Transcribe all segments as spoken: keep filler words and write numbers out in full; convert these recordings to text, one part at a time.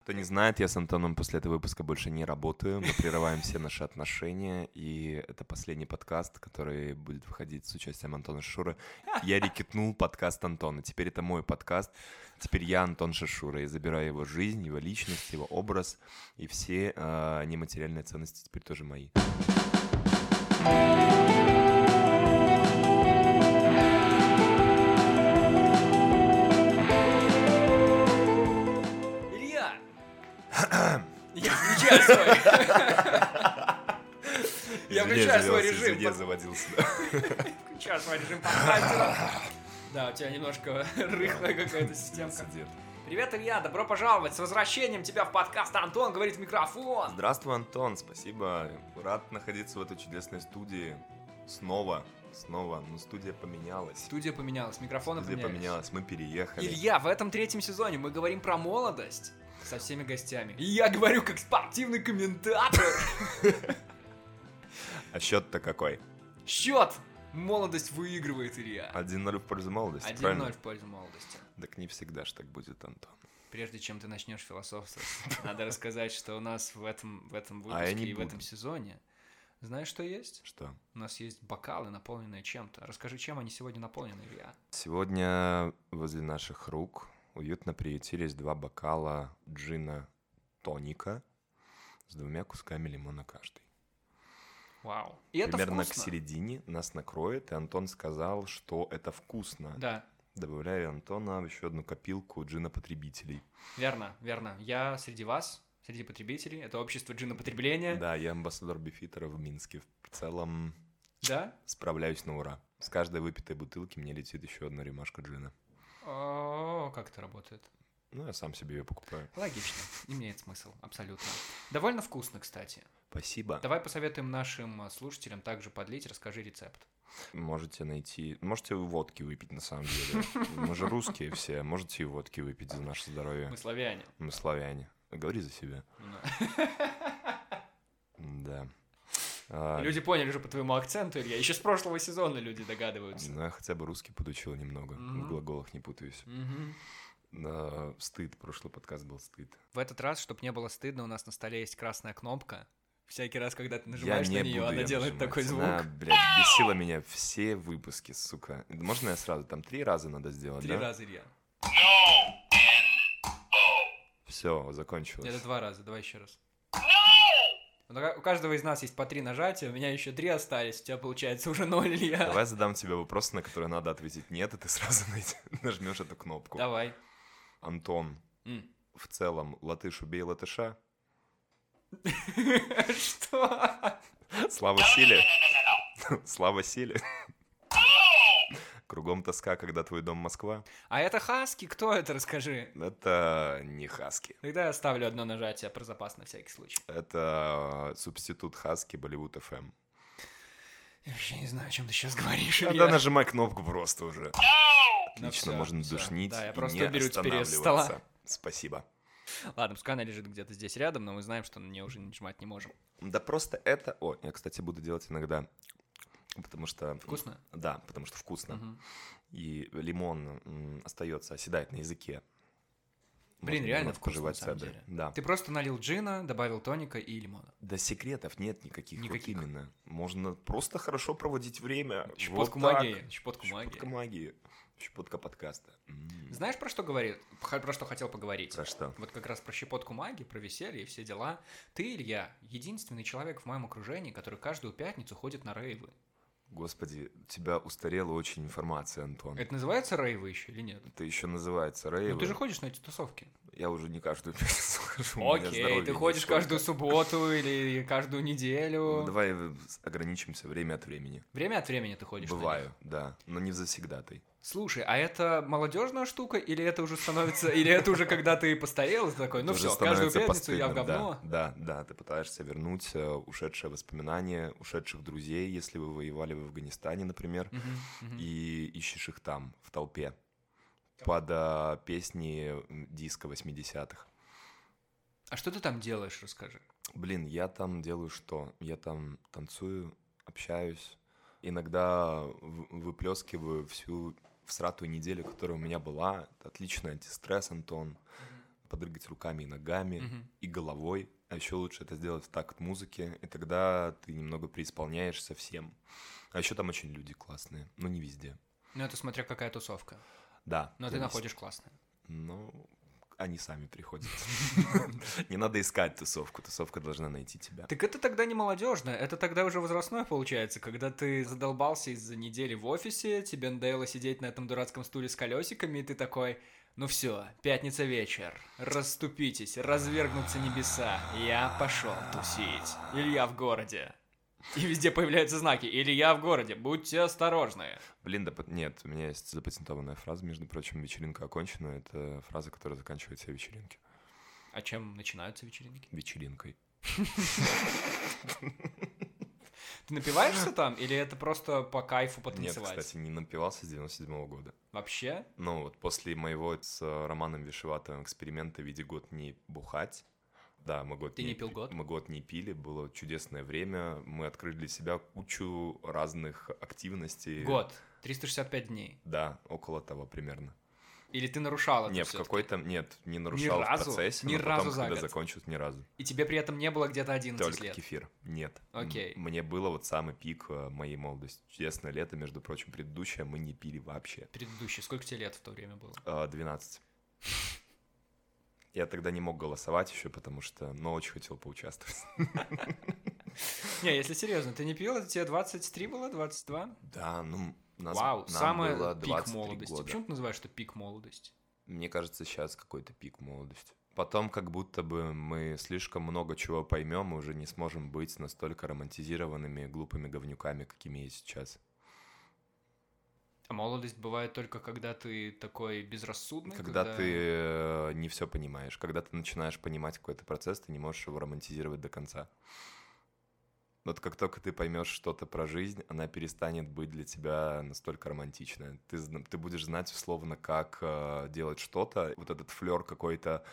Кто не знает, я с Антоном после этого выпуска больше не работаю. Мы прерываем все наши отношения, и это последний подкаст, который будет выходить с участием Антона Шишура. Я рекетнул подкаст Антона. Теперь это мой подкаст. Теперь я Антон Шишура. Я забираю его жизнь, его личность, его образ, и все э, нематериальные ценности теперь тоже мои. Я включаю свой. Я включаю свой режим. Я заводился. Включаю свой режим подкастера. Да, у тебя немножко рыхлая какая-то системка. Привет, Илья, добро пожаловать. С возвращением тебя в подкаст. Антон говорит в микрофон. Здравствуй, Антон, спасибо. Рад находиться в этой чудесной студии. Снова, снова. Но студия поменялась. Студия поменялась, микрофоны Студия поменялись. поменялась, мы переехали. Илья, в этом третьем сезоне мы говорим про молодость. Со всеми гостями. И я говорю как спортивный комментатор. А счет-то какой? Счет! Молодость выигрывает, Илья. один ноль в пользу молодости, один ноль в пользу молодости. Так не всегда ж так будет, Антон. Прежде чем ты начнешь философствовать, надо рассказать, что у нас в этом, в этом а выпуске и в этом сезоне. Знаешь, что есть? Что? У нас есть бокалы, наполненные чем-то. Расскажи, чем они сегодня наполнены, Илья. Сегодня возле наших рук уютно приютились два бокала джина тоника с двумя кусками лимона каждый. Вау. И это Примерно вкусно. к середине нас накроет, и Антон сказал, что это вкусно. Да. Добавляю Антона в еще одну копилку джина-потребителей. Верно, верно. Я среди вас, среди потребителей. Это общество джина-потребления. Да, я амбассадор Бифитера в Минске. В целом Да? справляюсь на ура. С каждой выпитой бутылки мне летит еще одна рюмашка джина. О, как это работает? Ну, я сам себе ее покупаю. Логично. Имеет смысл, абсолютно. Довольно вкусно, кстати. Спасибо. Давай посоветуем нашим слушателям также подлить. Расскажи рецепт. Можете найти... Можете водки выпить, на самом деле. Мы же русские все. Можете и водки выпить за наше здоровье. Мы славяне. Мы славяне. Говори за себя. Да. А, люди поняли уже по твоему акценту, Илья. Еще с прошлого сезона люди догадываются. Ну, я хотя бы русский подучил немного. Мгм. В глаголах не путаюсь. Мгм. А, стыд. Прошлый подкаст был стыд. В этот раз, чтобы не было стыдно, у нас на столе есть красная кнопка. Всякий раз, когда ты нажимаешь я не на нее, буду она её делает нажимать. такой звук. Она, блядь, бесила меня все выпуски, сука. Можно я сразу? Там три раза надо сделать, Три да? раза, Илья. Все, закончилось. Это два раза, давай еще раз. У каждого из нас есть по три нажатия, у меня еще три остались, у тебя получается уже ноль, Илья. Давай задам тебе вопрос, на который надо ответить нет, и ты сразу нажмешь эту кнопку. Давай. Антон, М. в целом, латыш убей латыша. Что? Слава силе. Слава силе. Кругом тоска, когда твой дом Москва. А это хаски? Кто это? Расскажи. Это не хаски. Тогда я ставлю одно нажатие про запас на всякий случай. Это субститут хаски Болливуд эф эм. Я вообще не знаю, о чем ты сейчас говоришь, Тогда Илья. нажимай кнопку просто уже. Ну Отлично, всё, можно всё. душнить Да, я и просто не уберу теперь её с останавливаться. стола. Спасибо. Ладно, пускай она лежит где-то здесь рядом, но мы знаем, что на нее уже нажимать не можем. Да просто это... О, я, кстати, буду делать иногда, потому что... Вкусно? Да, потому что вкусно. Мгм. И лимон м, остается, оседает на языке. Блин, Можно реально немного вкусно, пожевать на самом цедры. деле. Да. Ты просто налил джина, добавил тоника и лимона. Да секретов нет никаких, Никаких. вот именно. Можно просто хорошо проводить время. Щепотку вот так. магии. Щепотку Щепотка магии. магии. Щепотка подкаста. М. Знаешь, про что говорит? Х- Про что хотел поговорить? Про что? Вот как раз про щепотку магии, про веселье и все дела. Ты, Илья, единственный человек в моем окружении, который каждую пятницу ходит на рейвы. Господи, у тебя устарела очень информация, Антон. Это называется рейвы еще или нет? Это еще называется рейвы. Ну ты же ходишь на эти тусовки. Я уже не каждую пятницу хожу. у меня Окей, здоровье ты не ходишь столько. каждую субботу или каждую неделю. Ну, давай э, ограничимся время от времени. Время от времени ты ходишь на них. Бываю, да, но не в завсегдатай. Слушай, а это молодежная штука, или это уже становится, или это уже когда ты постарел, и ты такой, ну Это уже все, каждую становится пятницу я в постыдно, говно. Да, да, да, ты пытаешься вернуть э, ушедшие воспоминания, ушедших друзей, если вы воевали в Афганистане, например, Мгм, мгм. и ищешь их там, в толпе, под э, песни м, диска восьмидесятых. А что ты там делаешь, расскажи. Блин, я там делаю что? Я там танцую, общаюсь, иногда в- выплескиваю всю всратую неделю, которая у меня была. Это отличный антистресс, Антон. подрыгать руками и ногами, Мгм. и головой. А еще лучше это сделать в такт музыки, и тогда ты немного преисполняешься всем. А еще там очень люди классные, но не везде. Ну, это смотря какая тусовка. Да. Но ты зависит. находишь классное. Ну, они сами приходят. Не надо искать тусовку, тусовка должна найти тебя. Так это тогда не молодежное, это тогда уже возрастное получается, когда ты задолбался из-за недели в офисе, тебе надоело сидеть на этом дурацком стуле с колесиками, и ты такой, ну все, пятница вечер, расступитесь, развергнутся небеса, я пошел тусить, Илья в городе. И везде появляются знаки, Илья в городе, будьте осторожны. Блин, да по- нет, у меня есть запатентованная фраза, между прочим, вечеринка окончена. Это фраза, которая заканчивает все вечеринки. А чем начинаются вечеринки? Вечеринкой. Ты напиваешься там, или это просто по кайфу Нет, потанцевать? кстати, не напивался с девяносто седьмого года. Вообще? Ну вот после моего с Романом Вишеватовым эксперимента в виде год не бухать. Да, мы год Ты не пил год? Мы год не пили, было чудесное время. Мы открыли для себя кучу разных активностей. Год. триста шестьдесят пять дней. Да, около того примерно. Или ты нарушал это Нет, в всё-таки? какой-то... Нет, не нарушал Ни в разу? процессе, Ни но разу потом, за когда год? закончился, ни разу. И тебе при этом не было где-то одиннадцать Только лет? кефир. Нет. Окей. М- Мне было вот самый пик э, моей молодости. Чудесное лето, между прочим, предыдущее мы не пили вообще. Предыдущий. Сколько тебе лет в то время было? Э, двенадцать. Я тогда не мог голосовать еще, потому что, ну, очень хотел поучаствовать. Не, если серьезно, ты не пил, это тебе двадцать три было, двадцать два? Да, ну, нас, Вау, нам самый было пик двадцать три молодости. года. Почему ты называешь это пик молодости? Мне кажется, сейчас какой-то пик молодости. Потом как будто бы мы слишком много чего поймем и уже не сможем быть настолько романтизированными глупыми говнюками, какими есть сейчас. А молодость бывает только когда ты такой безрассудный? Когда ты э, не все понимаешь, когда ты начинаешь понимать какой-то процесс, ты не можешь его романтизировать до конца. Вот как только ты поймешь что-то про жизнь, она перестанет быть для тебя настолько романтичной. Ты, зна- ты будешь знать условно, как э, делать что-то. Вот этот флер какой-то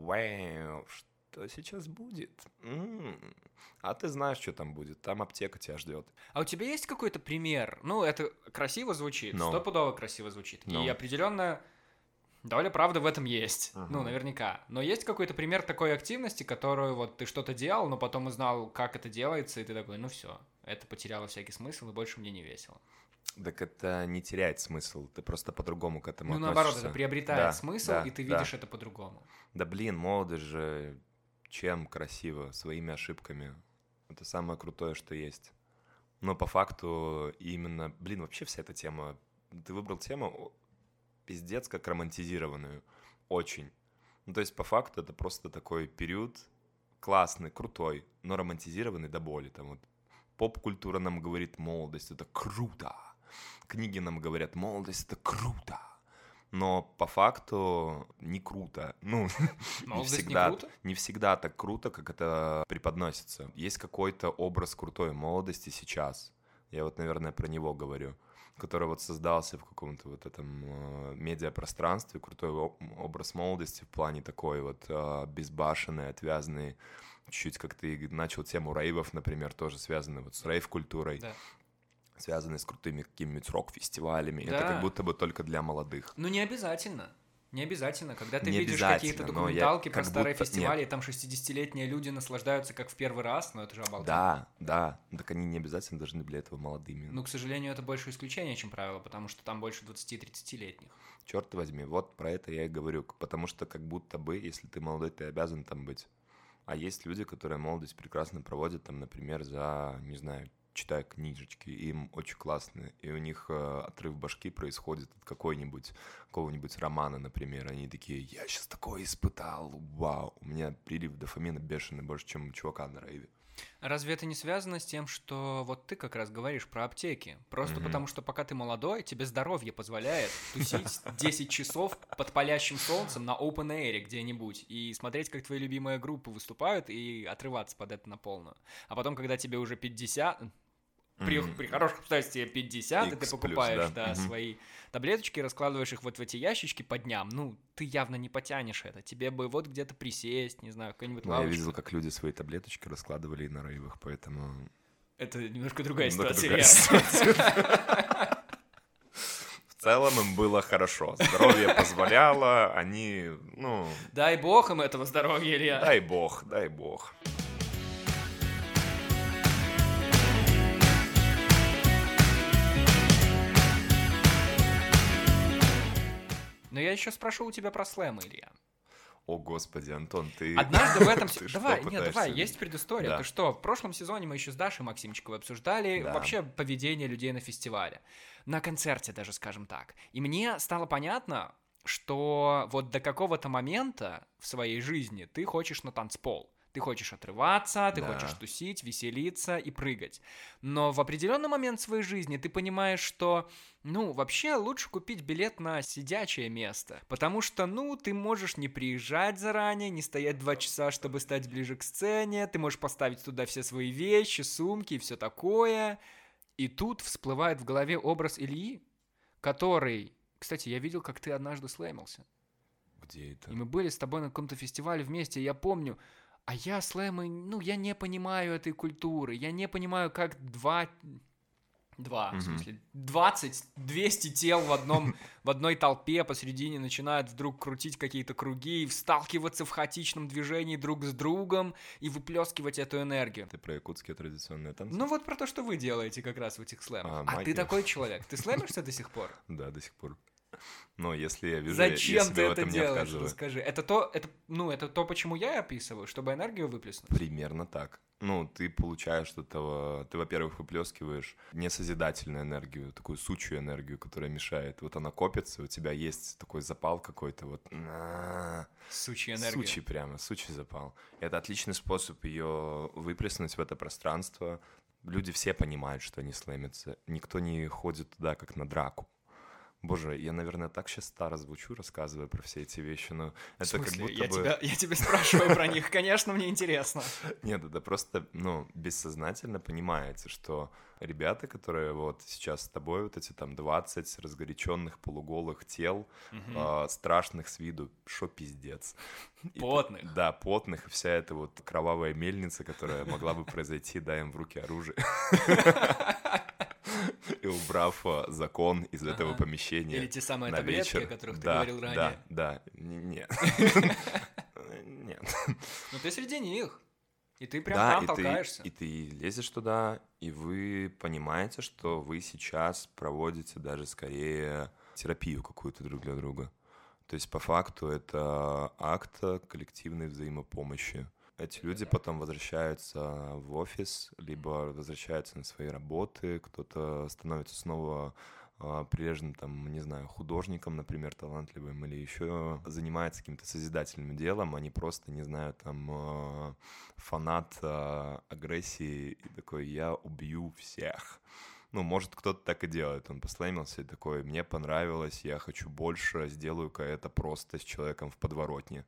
«Вау, что сейчас будет? М-м». А ты знаешь, что там будет. Там аптека тебя ждет. А у тебя есть какой-то пример? Ну, это красиво звучит, Но. стопудово красиво звучит. Но. И определенно доля правды в этом есть. Мгм. Ну, наверняка. Но есть какой-то пример такой активности, которую вот ты что-то делал, но потом узнал, как это делается, и ты такой, ну все, это потеряло всякий смысл, и больше мне не весело. Так это не теряет смысл. Ты просто по-другому к этому Ну, относишься. наоборот, это приобретает Да, смысл, да, и ты да. видишь это по-другому. Да блин, молодость же чем красиво, своими ошибками. Это самое крутое, что есть. Но по факту именно, блин, вообще вся эта тема, ты выбрал тему пиздец как романтизированную, очень. Ну то есть по факту это просто такой период классный, крутой, но романтизированный до боли. Там вот поп-культура нам говорит, молодость это круто, книги нам говорят, молодость это круто. Но по факту не круто. Ну, не Молодость не всегда, круто? не всегда так круто, как это преподносится. Есть какой-то образ крутой молодости сейчас. Я вот, наверное, про него говорю. Который вот создался в каком-то вот этом э, медиапространстве. Крутой о- образ молодости в плане такой вот э, безбашенный, отвязанный. Чуть-чуть как ты начал тему рейвов, например, тоже связанный вот с рейв-культурой. Да. Связанный с крутыми какими-нибудь рок-фестивалями. Да. Это как будто бы только для молодых. Ну, не обязательно. Не обязательно. Когда ты Не видишь обязательно, какие-то но я документалки про как старые будто- фестивали, и там шестидесятилетние люди наслаждаются как в первый раз, ну это же обалденно. Да, да. Так они не обязательно должны для этого молодыми. Ну, к сожалению, это больше исключение, чем правило, потому что там больше двадцати-тридцатилетних. Черт возьми, вот про это я и говорю. Потому что как будто бы, если ты молодой, ты обязан там быть. А есть люди, которые молодость прекрасно проводят, там, например, за, не знаю, читая книжечки, им очень классно, и у них э, отрыв башки происходит от какой-нибудь, какого-нибудь романа, например. Они такие, я сейчас такое испытал, вау, у меня прилив дофамина бешеный больше, чем у чувака на рейве. Разве это не связано с тем, что вот ты как раз говоришь про аптеки? Просто Мгм. потому, что пока ты молодой, тебе здоровье позволяет тусить десять часов под палящим солнцем на open air где-нибудь и смотреть, как твои любимые группы выступают, и отрываться под это на полную. А потом, когда тебе уже пятьдесят... При, Мгм. при хорошем обстоятельстве пятьдесят, и ты Икс плюс, покупаешь да. да, Мгм. свои таблеточки, раскладываешь их вот в эти ящички по дням, ну, ты явно не потянешь это. Тебе бы вот где-то присесть, не знаю, какой-нибудь Ну, я лавочку. видел, как люди свои таблеточки раскладывали и на рейвах, поэтому... Это немножко другая Немного ситуация, другая реально. ситуация. В целом им было хорошо. Здоровье позволяло, они, ну... Дай бог им этого здоровья, Илья. Дай бог, дай бог. Но я еще спрошу у тебя про слэм, Илья. О, господи, Антон, ты... Однажды в этом... Ты Давай, что нет, давай, пытаешься? есть предыстория. Да. Ты что, в прошлом сезоне мы еще с Дашей Максимчиковой обсуждали Да. вообще поведение людей на фестивале. На концерте даже, скажем так. И мне стало понятно, что вот до какого-то момента в своей жизни ты хочешь на танцпол. Ты хочешь отрываться, ты Да. хочешь тусить, веселиться и прыгать. Но в определенный момент своей жизни ты понимаешь, что, ну, вообще лучше купить билет на сидячее место. Потому что, ну, ты можешь не приезжать заранее, не стоять два часа, чтобы стать ближе к сцене. Ты можешь поставить туда все свои вещи, сумки и все такое. И тут всплывает в голове образ Ильи, который... Кстати, я видел, как ты однажды слэмился. Где это? И мы были с тобой на каком-то фестивале вместе, и я помню... А я слэмы, ну, я не понимаю этой культуры, я не понимаю, как два, два, Мгм. в смысле, двадцать, двести тел в одном, в одной толпе посередине начинают вдруг крутить какие-то круги и сталкиваться в хаотичном движении друг с другом и выплескивать эту энергию. Ты про якутские традиционные танцы? Ну вот про то, что вы делаете как раз в этих слэмах. А, А, ты магия. такой человек, ты слэмишься до сих пор? Да, до сих пор. Но если я вижу, Зачем я ты себе в это этом не делаешь? отказываю. Расскажи. Это то, это, ну, это то, почему я описываю, чтобы энергию выплеснуть. Примерно так. Ну, ты получаешь от этого... Ты, во-первых, выплескиваешь несозидательную энергию, такую сучью энергию, которая мешает. Вот она копится, у тебя есть такой запал какой-то, вот... на- Сучья энергия. Сучий прямо, сучий запал. Это отличный способ ее выплеснуть в это пространство. Люди все понимают, что они слэмятся. Никто не ходит туда, как на драку. Боже, я, наверное, так сейчас старо звучу, рассказывая про все эти вещи, но В это смысле? как будто я, бы... тебя, я тебя спрашиваю про них, конечно, мне интересно. Нет, это просто, ну, бессознательно понимается, что ребята, которые вот сейчас с тобой, вот эти там двадцать разгоряченных полуголых тел, э, страшных с виду, шо пиздец. И Потных. ты- Да, потных, и вся эта вот кровавая мельница, которая могла бы произойти, дай им в руки оружие. И убрав а, закон из этого Ага. помещения Или те самые на таблетки, вечер. о которых ты Да, говорил да, ранее. да, Н- нет. Нет. Но ты среди них. И ты прям Да, там и толкаешься. ты, и ты лезешь туда, и вы понимаете, что вы сейчас проводите даже скорее терапию какую-то друг для друга. То есть по факту это акт коллективной взаимопомощи. Эти люди потом возвращаются в офис, либо возвращаются на свои работы, кто-то становится снова а, прилежным, там, не знаю, художником, например, талантливым, или еще занимается каким-то созидательным делом, они просто, не знаю, там, а, фанат а, агрессии и такой, я убью всех. Ну, может, кто-то так и делает, он послэмился и такой, мне понравилось, я хочу больше, сделаю-ка это просто с человеком в подворотне.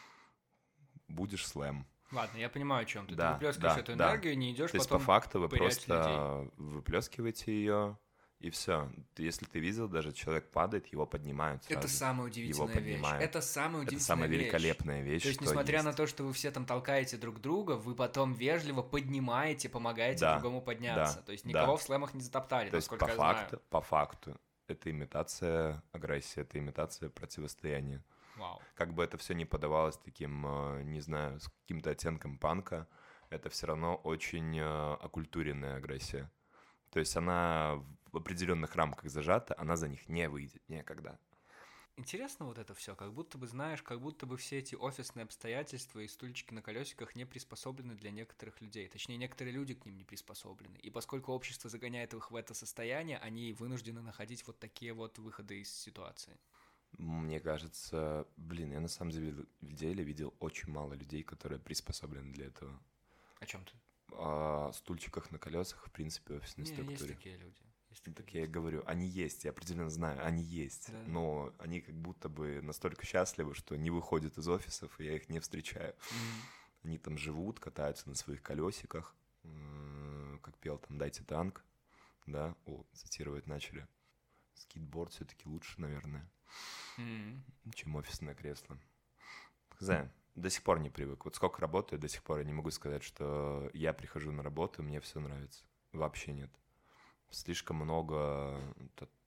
Будешь слэм. Ладно, я понимаю, о чем ты. Да, ты выплескиваешь да, эту да. энергию, не идешь То есть, потом по факту, вы пырять просто выплескиваете ее, и все. Если ты видел, даже человек падает, его поднимают сразу. Это самая удивительная Его вещь. поднимают. Это самая удивительная Это самая вещь. великолепная вещь, То есть, что несмотря есть. на то, что вы все там толкаете друг друга, вы потом вежливо поднимаете, помогаете Да, другому подняться. да, То есть да. никого в слэмах не затоптали, То есть, насколько по я факту, знаю. по факту, это имитация агрессии, это имитация противостояния. Вау. Как бы это все не подавалось таким, э, не знаю, с каким-то оттенком панка, это все равно очень э, окультуренная агрессия. То есть она в определенных рамках зажата, она за них не выйдет никогда. Интересно вот это все, как будто бы, знаешь, как будто бы все эти офисные обстоятельства и стульчики на колесиках не приспособлены для некоторых людей. Точнее, некоторые люди к ним не приспособлены. И поскольку общество загоняет их в это состояние, они вынуждены находить вот такие вот выходы из ситуации. Мне кажется, блин, я на самом деле деле видел очень мало людей, которые приспособлены для этого. О чем ты? О стульчиках на колесах, в принципе, в офисной Не, есть структуре. такие люди. Есть такие Так я и люди. говорю, они есть, я определенно знаю, они есть, Да. но они как будто бы настолько счастливы, что не выходят из офисов, и я их не встречаю. Мгм. Они там живут, катаются на своих колесиках, м, как пел там «Дайте танк», да, о, цитировать начали. Скейтборд все-таки лучше, наверное, Мгм. чем офисное кресло. Хз, до сих пор не привык. Вот сколько работаю, до сих пор я не могу сказать, что я прихожу на работу, и мне все нравится. Вообще нет. Слишком много т-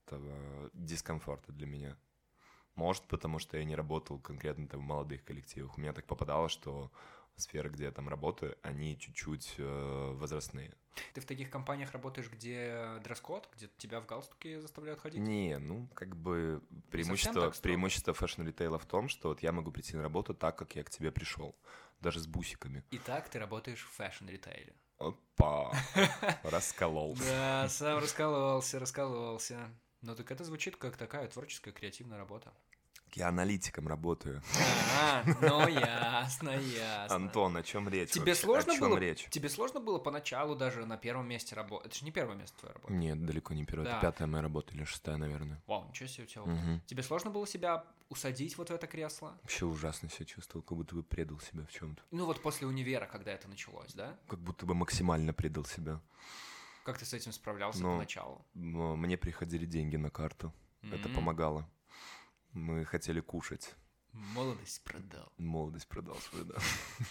этого дискомфорта для меня. Может, потому что я не работал конкретно там в молодых коллективах. У меня так попадало, что сферы, где я там работаю, они чуть-чуть э, возрастные. Ты в таких компаниях работаешь, где дресс-код, где тебя в галстуке заставляют ходить? Не, ну, как бы преимущество, преимущество фэшн-ритейла в том, что вот я могу прийти на работу так, как я к тебе пришел, даже с бусиками. Итак, ты работаешь в фэшн-ритейле. Опа, раскололся. Да, сам раскололся, раскололся. Ну так это звучит как такая творческая, креативная работа. Я аналитиком работаю. А, ну ясно, ясно. Антон, о чем речь? Тебе вообще? сложно о чем было? Речь? Тебе сложно было поначалу даже на первом месте работать? Это же не первое место твоей работы. Нет, далеко не первое. Да. Это пятая моя работа или шестая, наверное. Вау, ничего себе у тебя опыт. Угу. Тебе сложно было себя усадить вот в это кресло? Вообще ужасно себя чувствовал, как будто бы предал себя в чем-то. Ну вот после универа, когда это началось, да? Как будто бы максимально предал себя. Как ты с этим справлялся Но поначалу? м- Мне приходили деньги на карту. Это М. помогало. Мы хотели кушать. Молодость продал. Молодость продал свою, да.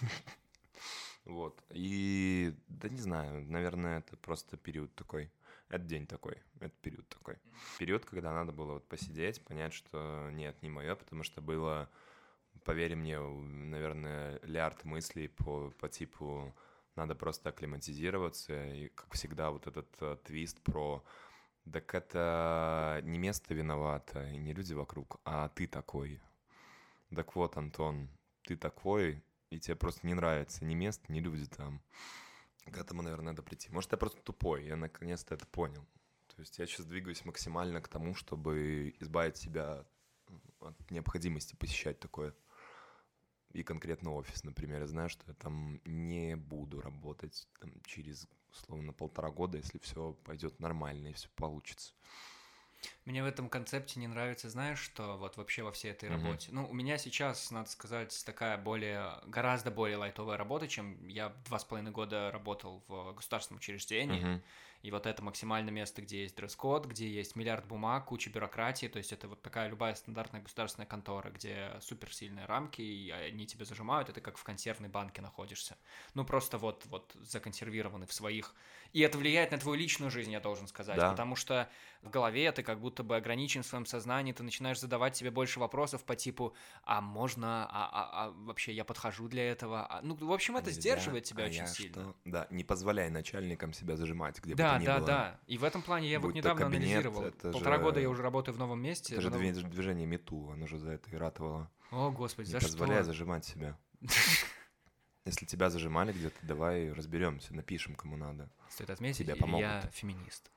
Вот. И, да не знаю, наверное, это просто период такой. Это день такой, это период такой. Период, когда надо было вот посидеть, понять, что нет, не мое, потому что было, поверь мне, наверное, лярд мыслей по, по типу надо просто акклиматизироваться. И, как всегда, вот этот э, твист про так это не место виновато и не люди вокруг, а ты такой. Так вот, Антон, ты такой, и тебе просто не нравится ни место, ни люди там. К этому, наверное, надо прийти. Может, я просто тупой, я наконец-то это понял. То есть я сейчас двигаюсь максимально к тому, чтобы избавить себя от необходимости посещать такое. И конкретно офис, например. Я знаю, что я там не буду работать там, через, условно, полтора года, если все пойдет нормально и все получится. Мне в этом концепте не нравится, знаешь, что вот вообще во всей этой Мгм. работе. Ну, у меня сейчас, надо сказать, такая более, гораздо более лайтовая работа, чем я два с половиной года работал в государственном учреждении. Мгм. И вот это максимальное место, где есть дресс-код, где есть миллиард бумаг, куча бюрократии, то есть это вот такая любая стандартная государственная контора, где суперсильные рамки, и они тебя зажимают, это как в консервной банке находишься. Ну, просто вот, вот законсервированы в своих... И это влияет на твою личную жизнь, я должен сказать, Да. потому что в голове ты как будто бы ограничен в своем сознании, ты начинаешь задавать себе больше вопросов по типу, а можно, а, а, а вообще я подхожу для этого? А, ну, в общем, это Нельзя, сдерживает тебя а очень я сильно. что? Да, не позволяй начальникам себя зажимать, где бы Да, то ни да, было. да. И в этом плане я вот Будь то недавно кабинет, анализировал. это Полтора же- года я уже работаю в новом месте. Это же в новом- движ- движение МeToo, оно же за это и ратовало. О, господи, Не за позволяй что? зажимать себя. Если тебя зажимали где-то, давай разберемся, напишем, кому надо. Стоит отметить, Тебе помогут. я феминист.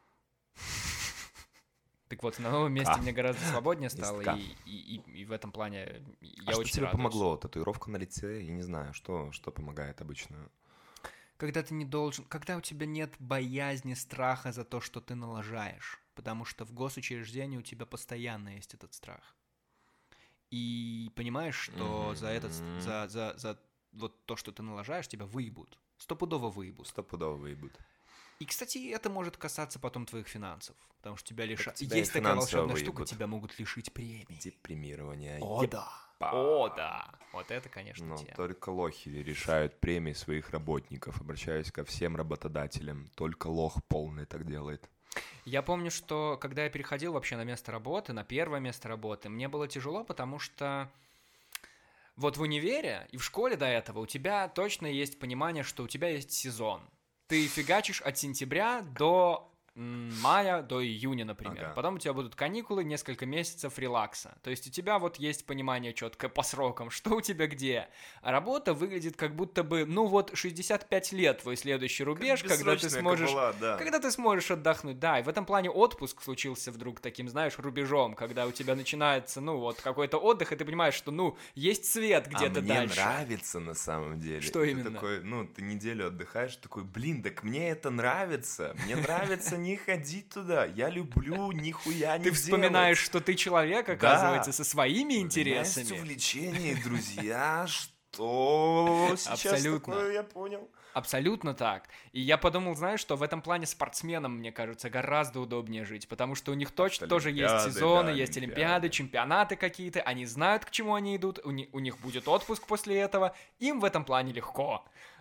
Так вот, на новом месте А. мне гораздо свободнее стало, Истка. и, и, и, и в этом плане я а что очень тебе радуюсь. помогло? Татуировка на лице? Я не знаю, что, что помогает обычно. Когда ты не должен, когда у тебя нет боязни, страха за то, что ты налажаешь, потому что в госучреждении у тебя постоянно есть этот страх. И понимаешь, что за этот, Мгм. за, за, за вот то, что ты налажаешь, тебя выебут. Стопудово выебут. Стопудово выебут. И, кстати, это может касаться потом твоих финансов, потому что тебя лишат... тебя Есть и такая финансово волшебная штука, выебут. тебя могут лишить премии. Депримирование. О, Еп- да. Па. О, да. Вот это, конечно, Но тема. только лохи решают премии своих работников. Обращаюсь ко всем работодателям. Только лох полный так делает. Я помню, что когда я переходил вообще на место работы, на первое место работы, мне было тяжело, потому что вот в универе и в школе до этого у тебя точно есть понимание, что у тебя есть сезон. Ты фигачишь от сентября до м, мая, до июня, например. Ага. Потом у тебя будут каникулы, несколько месяцев релакса. То есть у тебя вот есть понимание четкое по срокам, что у тебя где. А работа выглядит как будто бы, ну вот шестьдесят пять лет твой следующий рубеж, когда ты сможешь... Когда ты сможешь отдохнуть, да, и в этом плане отпуск случился вдруг таким, знаешь, рубежом, когда у тебя начинается, ну, вот, какой-то отдых, и ты понимаешь, что, ну, есть свет где-то а мне дальше. нравится на самом деле. Что Ты именно? такой, ну, ты неделю отдыхаешь, такой, блин, так мне это нравится. Мне нравится не ходить туда. Я люблю нихуя не Ты делать. вспоминаешь, что ты человек, оказывается, со своими У меня интересами. есть увлечения, друзья, что сейчас Абсолютно. такое, я понял. Абсолютно так. И я подумал, знаешь, что в этом плане спортсменам, мне кажется, гораздо удобнее жить, потому что у них точно тоже есть Олимпиады, сезоны, да, есть олимпиады. олимпиады, чемпионаты какие-то, они знают, к чему они идут, у, ни- у них будет отпуск после этого, им в этом плане легко.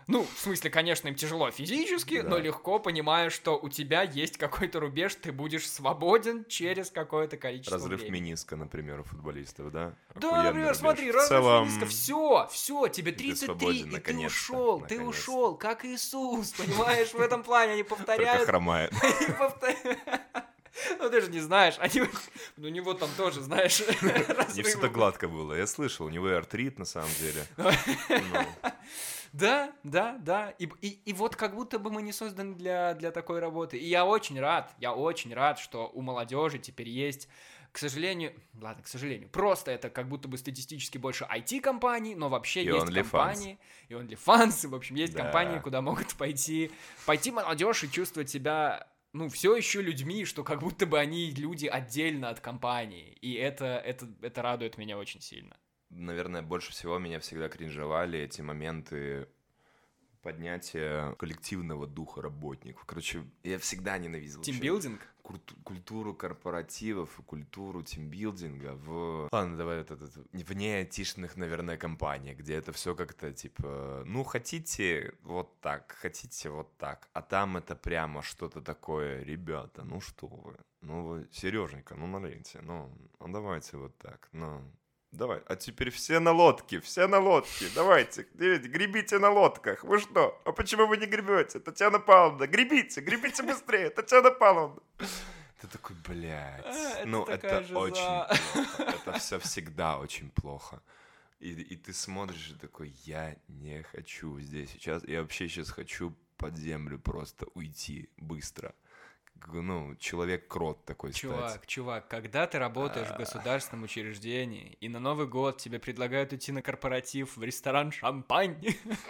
Ну, в смысле, конечно, им тяжело физически, Да. но легко понимая, что у тебя есть какой-то рубеж, ты будешь свободен через какое-то количество Разрыв времени. мениска, например, у футболистов, да? Да, Охуенный например, рубеж. смотри, В разрыв целом, мениска, все, все, тебе ты тридцать три, свободен, и ты наконец-то, ушел, ты наконец-то. ушел, как Иисус, понимаешь, в этом плане они только повторяют. хромает. Они повторяют. Ну, ты же не знаешь, они... ну, у него там тоже, знаешь, Не все так гладко было. Я слышал, у него и артрит, на самом деле. Ну, Да, да, да. И, и, и вот как будто бы мы не созданы для, для такой работы. И я очень рад, я очень рад, что у молодежи теперь есть, к сожалению, ладно, к сожалению, просто это как будто бы статистически больше ай ти-компаний, но вообще И есть OnlyFans. компании, и OnlyFans, и, в общем, есть Да. компании, куда могут пойти, пойти молодежь и чувствовать себя, ну, все еще людьми, что как будто бы они люди отдельно от компании. И это, это, это радует меня очень сильно. наверное, больше всего меня всегда кринжевали эти моменты поднятия коллективного духа работников. Короче, я всегда ненавидел вообще Тимбилдинг? культу- культуру корпоративов и культуру тимбилдинга в... Ладно, давай вот это, вне айтишных, наверное, компаниях, где это все как-то типа, ну, хотите вот так, хотите вот так, а там это прямо что-то такое, ребята, ну что вы, ну вы, Сереженька, ну налейте, ну, ну давайте вот так, ну... Давай, а теперь все на лодке, все на лодке, давайте, гребите на лодках, вы что? А почему вы не гребете? Татьяна Павловна, гребите, гребите быстрее, Татьяна Павловна. Ты такой, блядь, А, это ну такая это жиза. очень плохо, это все всегда очень плохо. И, и ты смотришь и такой, я не хочу здесь сейчас, я вообще сейчас хочу под землю просто уйти быстро. Ну, человек-крот такой Чувак, стать. чувак, когда ты работаешь в государственном учреждении, и на Новый год тебе предлагают идти на корпоратив в ресторан «Шампань»,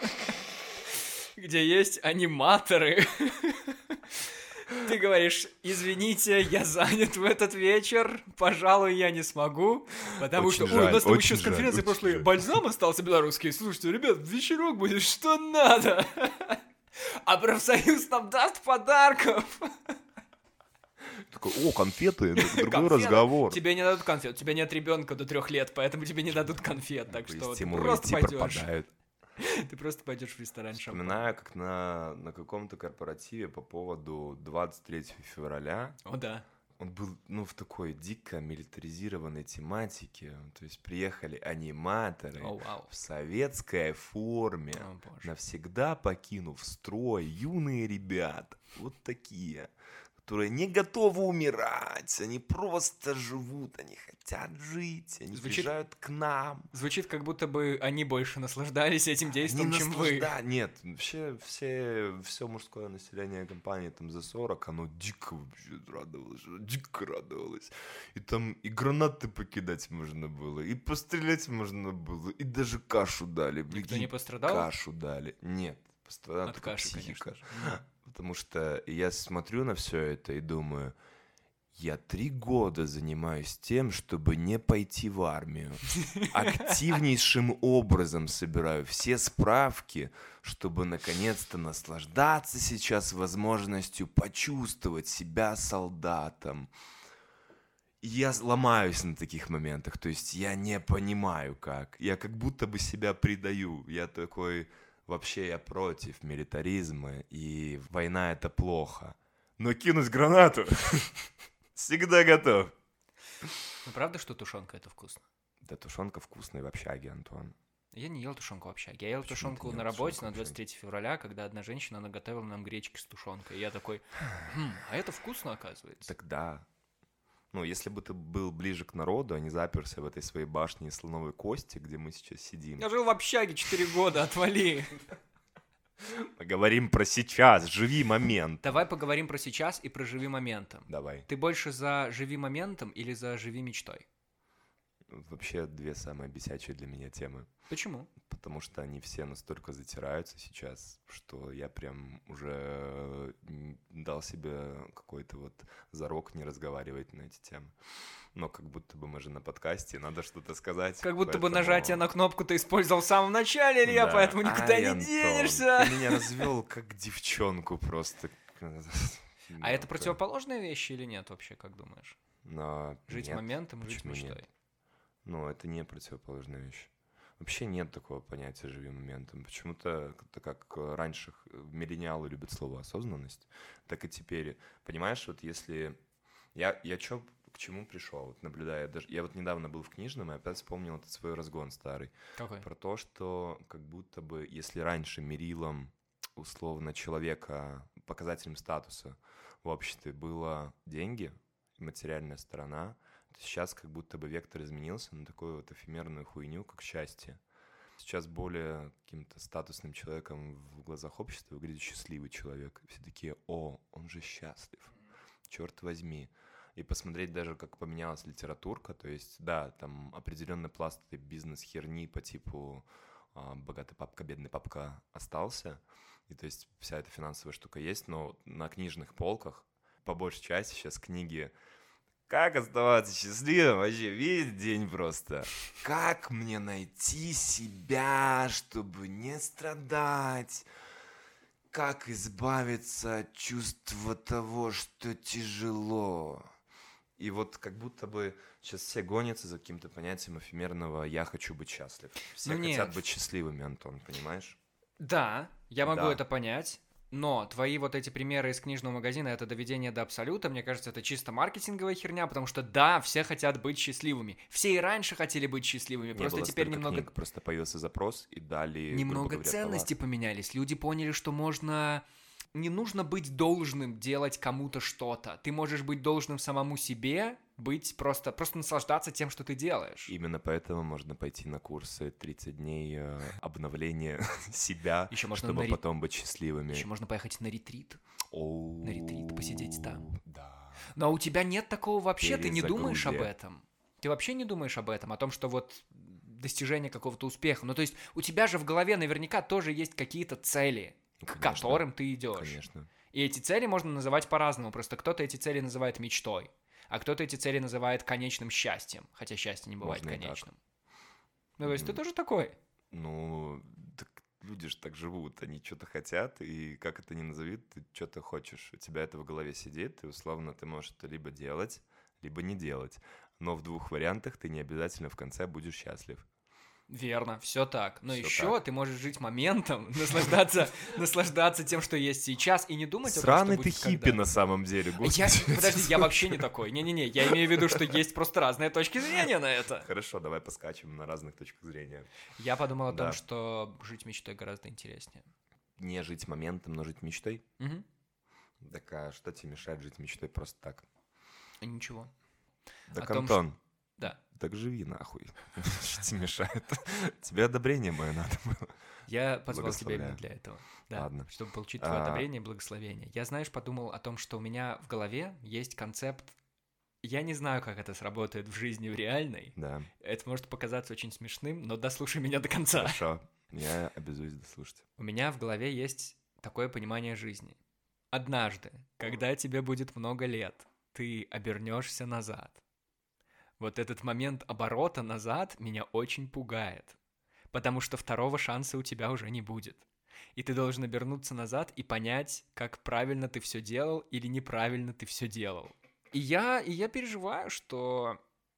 где есть аниматоры, ты говоришь, извините, я занят в этот вечер, пожалуй, я не смогу, потому Очень что, ой, у жаль, нас там очень еще с жаль, конференции очень прошлый жаль. бальзам остался белорусский, слушайте, ребят, вечерок будет, что надо? А профсоюз нам даст подарков. Такой, о, конфеты, это другой Конфеты. разговор. Тебе не дадут конфет, у тебя нет ребенка до трех лет, поэтому тебе не дадут конфет, так Как бы что ты стимулы просто идти пойдешь. пропадают. Ты просто пойдешь в ресторан «Шампань». Вспоминаю, как на, на каком-то корпоративе по поводу двадцать третьего февраля О, да. он был, ну, в такой дико милитаризированной тематике. То есть приехали аниматоры О, вау. в советской форме, О, боже. навсегда покинув строй, юные ребята, вот такие, которые не готовы умирать, они просто живут, они хотят жить, они Звучит- приезжают к нам. Звучит, как будто бы они больше наслаждались этим действием, Не чем вы. наслажда- Нет, вообще все, все мужское население компании там за сорок, оно дико вообще радовалось, дико радовалось. И там и гранаты покидать можно было, и пострелять можно было, и даже кашу дали. Никто Прикинь, не пострадал? Кашу дали. Нет, пострадала От только каши, психика. конечно же. Потому что я смотрю на все это и думаю, я три года занимаюсь тем, чтобы не пойти в армию. Активнейшим образом собираю все справки, чтобы наконец-то наслаждаться сейчас возможностью почувствовать себя солдатом. И я ломаюсь на таких моментах, то есть я не понимаю как. Я как будто бы себя предаю. Я такой, вообще я против милитаризма, и война это плохо. Но кинуть гранату всегда готов. Ну, правда, что тушенка это вкусно? Да тушенка вкусная в общаге, Антон. Я не ел тушенку в общаге. Я ел Почему тушенку ты не на ел работе тушенку на в двадцать третьего февраля, когда одна женщина наготовила нам гречки с тушенкой. И я такой, хм, а это вкусно, оказывается. Тогда, ну, если бы ты был ближе к народу, а не заперся в этой своей башне из слоновой кости, где мы сейчас сидим. Я жил в общаге четыре года, отвали. Мы говорим про сейчас, живи момент. Давай поговорим про сейчас и про живи моментом. Давай. Ты больше за живи моментом или за живи мечтой? Вообще две самые бесячие для меня темы. Почему? Потому что они все настолько затираются сейчас, что я прям уже дал себе какой-то вот зарок не разговаривать на эти темы. Но как будто бы мы же на подкасте, надо что-то сказать. Как будто бы поэтому- нажатие на кнопку ты использовал в самом начале, Илья, Да. поэтому никуда Ай, не Антон, денешься. Ты меня развел как девчонку просто. А это противоположные вещи или нет вообще, как думаешь? Но Жить нет. моментом, жить почему мечтой. нет? Ну, это не противоположная вещь. Вообще нет такого понятия «живи моментом». Почему-то, это как раньше миллениалы любят слово «осознанность», так и теперь. Понимаешь, вот если... Я, я чё, к чему пришел, вот наблюдая... Даже... Я вот недавно был в книжном и опять вспомнил этот свой разгон старый. Какой? Про то, что как будто бы, если раньше мерилом условно человека, показателем статуса в обществе было деньги, материальная сторона, то сейчас как будто бы вектор изменился на такую вот эфемерную хуйню, как счастье. Сейчас более каким-то статусным человеком в глазах общества выглядит счастливый человек. Все такие: о, он же счастлив, черт возьми. И посмотреть даже, как поменялась литературка, то есть, да, там определенный пласт этой бизнес-херни по типу а, «богатый папка, бедный папка» остался, и то есть вся эта финансовая штука есть, но на книжных полках по большей части сейчас книги «Как оставаться счастливым» вообще весь день просто. Как мне найти себя, чтобы не страдать? Как избавиться от чувства того, что тяжело? И вот как будто бы сейчас все гонятся за каким-то понятием эфемерного «я хочу быть счастлив». Все Ну, хотят нет. быть счастливыми, Антон, понимаешь? Да, я могу Да. это понять, но твои вот эти примеры из книжного магазина — это доведение до абсолюта, мне кажется, это чисто маркетинговая херня, потому что да, все хотят быть счастливыми. Все и раньше хотели быть счастливыми, Не просто было теперь столько немного... книг, просто появился запрос и дали, грубо Немного говоря, ценности товар. поменялись. Люди поняли, что можно... Не нужно быть должным делать кому-то что-то. Ты можешь быть должным самому себе, быть просто... Просто наслаждаться тем, что ты делаешь. Именно поэтому можно пойти на курсы тридцать дней э, обновления себя, Еще можно чтобы на ре- потом быть счастливыми. Еще можно поехать на ретрит. Оу, на ретрит посидеть там. Да. Но у тебя нет такого вообще, ты не думаешь об Перезагрузе. этом. Ты вообще не думаешь об этом, о том, что вот достижение какого-то успеха. Ну, то есть у тебя же в голове наверняка тоже есть какие-то цели, к Конечно. которым ты идешь. Конечно. И эти цели можно называть по-разному. Просто кто-то эти цели называет мечтой, а кто-то эти цели называет конечным счастьем. Хотя счастье не бывает Можно и так. конечным. Ну, то есть ты Мгм. тоже такой. Ну, так люди же так живут, они что-то хотят, и как это ни назови, ты что-то хочешь. У тебя это в голове сидит, и условно ты можешь это либо делать, либо не делать. Но в двух вариантах ты не обязательно в конце будешь счастлив. Верно, все так. Но Всё еще так. ты можешь жить моментом, наслаждаться, наслаждаться тем, что есть сейчас, и не думать о том, Сраный что ты будет хиппи когда. на самом деле, Я, господи. подожди, я вообще не такой. Не-не-не, я имею в виду, что есть просто разные точки зрения на это. Хорошо, давай поскачем на разных точках зрения. Я подумал о том, Да. что жить мечтой гораздо интереснее. Не жить моментом, но жить мечтой. Мгм. Так а что тебе мешает жить мечтой просто так? Ничего. Так, том, Антон, Да. так живи нахуй. Что тебе мешает? Тебе одобрение мое надо было. Я позвал тебя именно Благословляю. для этого. Да, Ладно. чтобы получить твое А- одобрение и благословение. Я, знаешь, подумал о том, что у меня в голове есть концепт. Я не знаю, как это сработает в жизни в реальной. Да, Это может показаться очень смешным, но дослушай меня до конца. хорошо. Я обязуюсь дослушать. У меня в голове есть такое понимание жизни. Однажды, когда тебе будет много лет, ты обернешься назад. Вот этот момент оборота назад меня очень пугает, потому что второго шанса у тебя уже не будет. И ты должен обернуться назад и понять, как правильно ты все делал или неправильно ты все делал. И я, и я переживаю, что,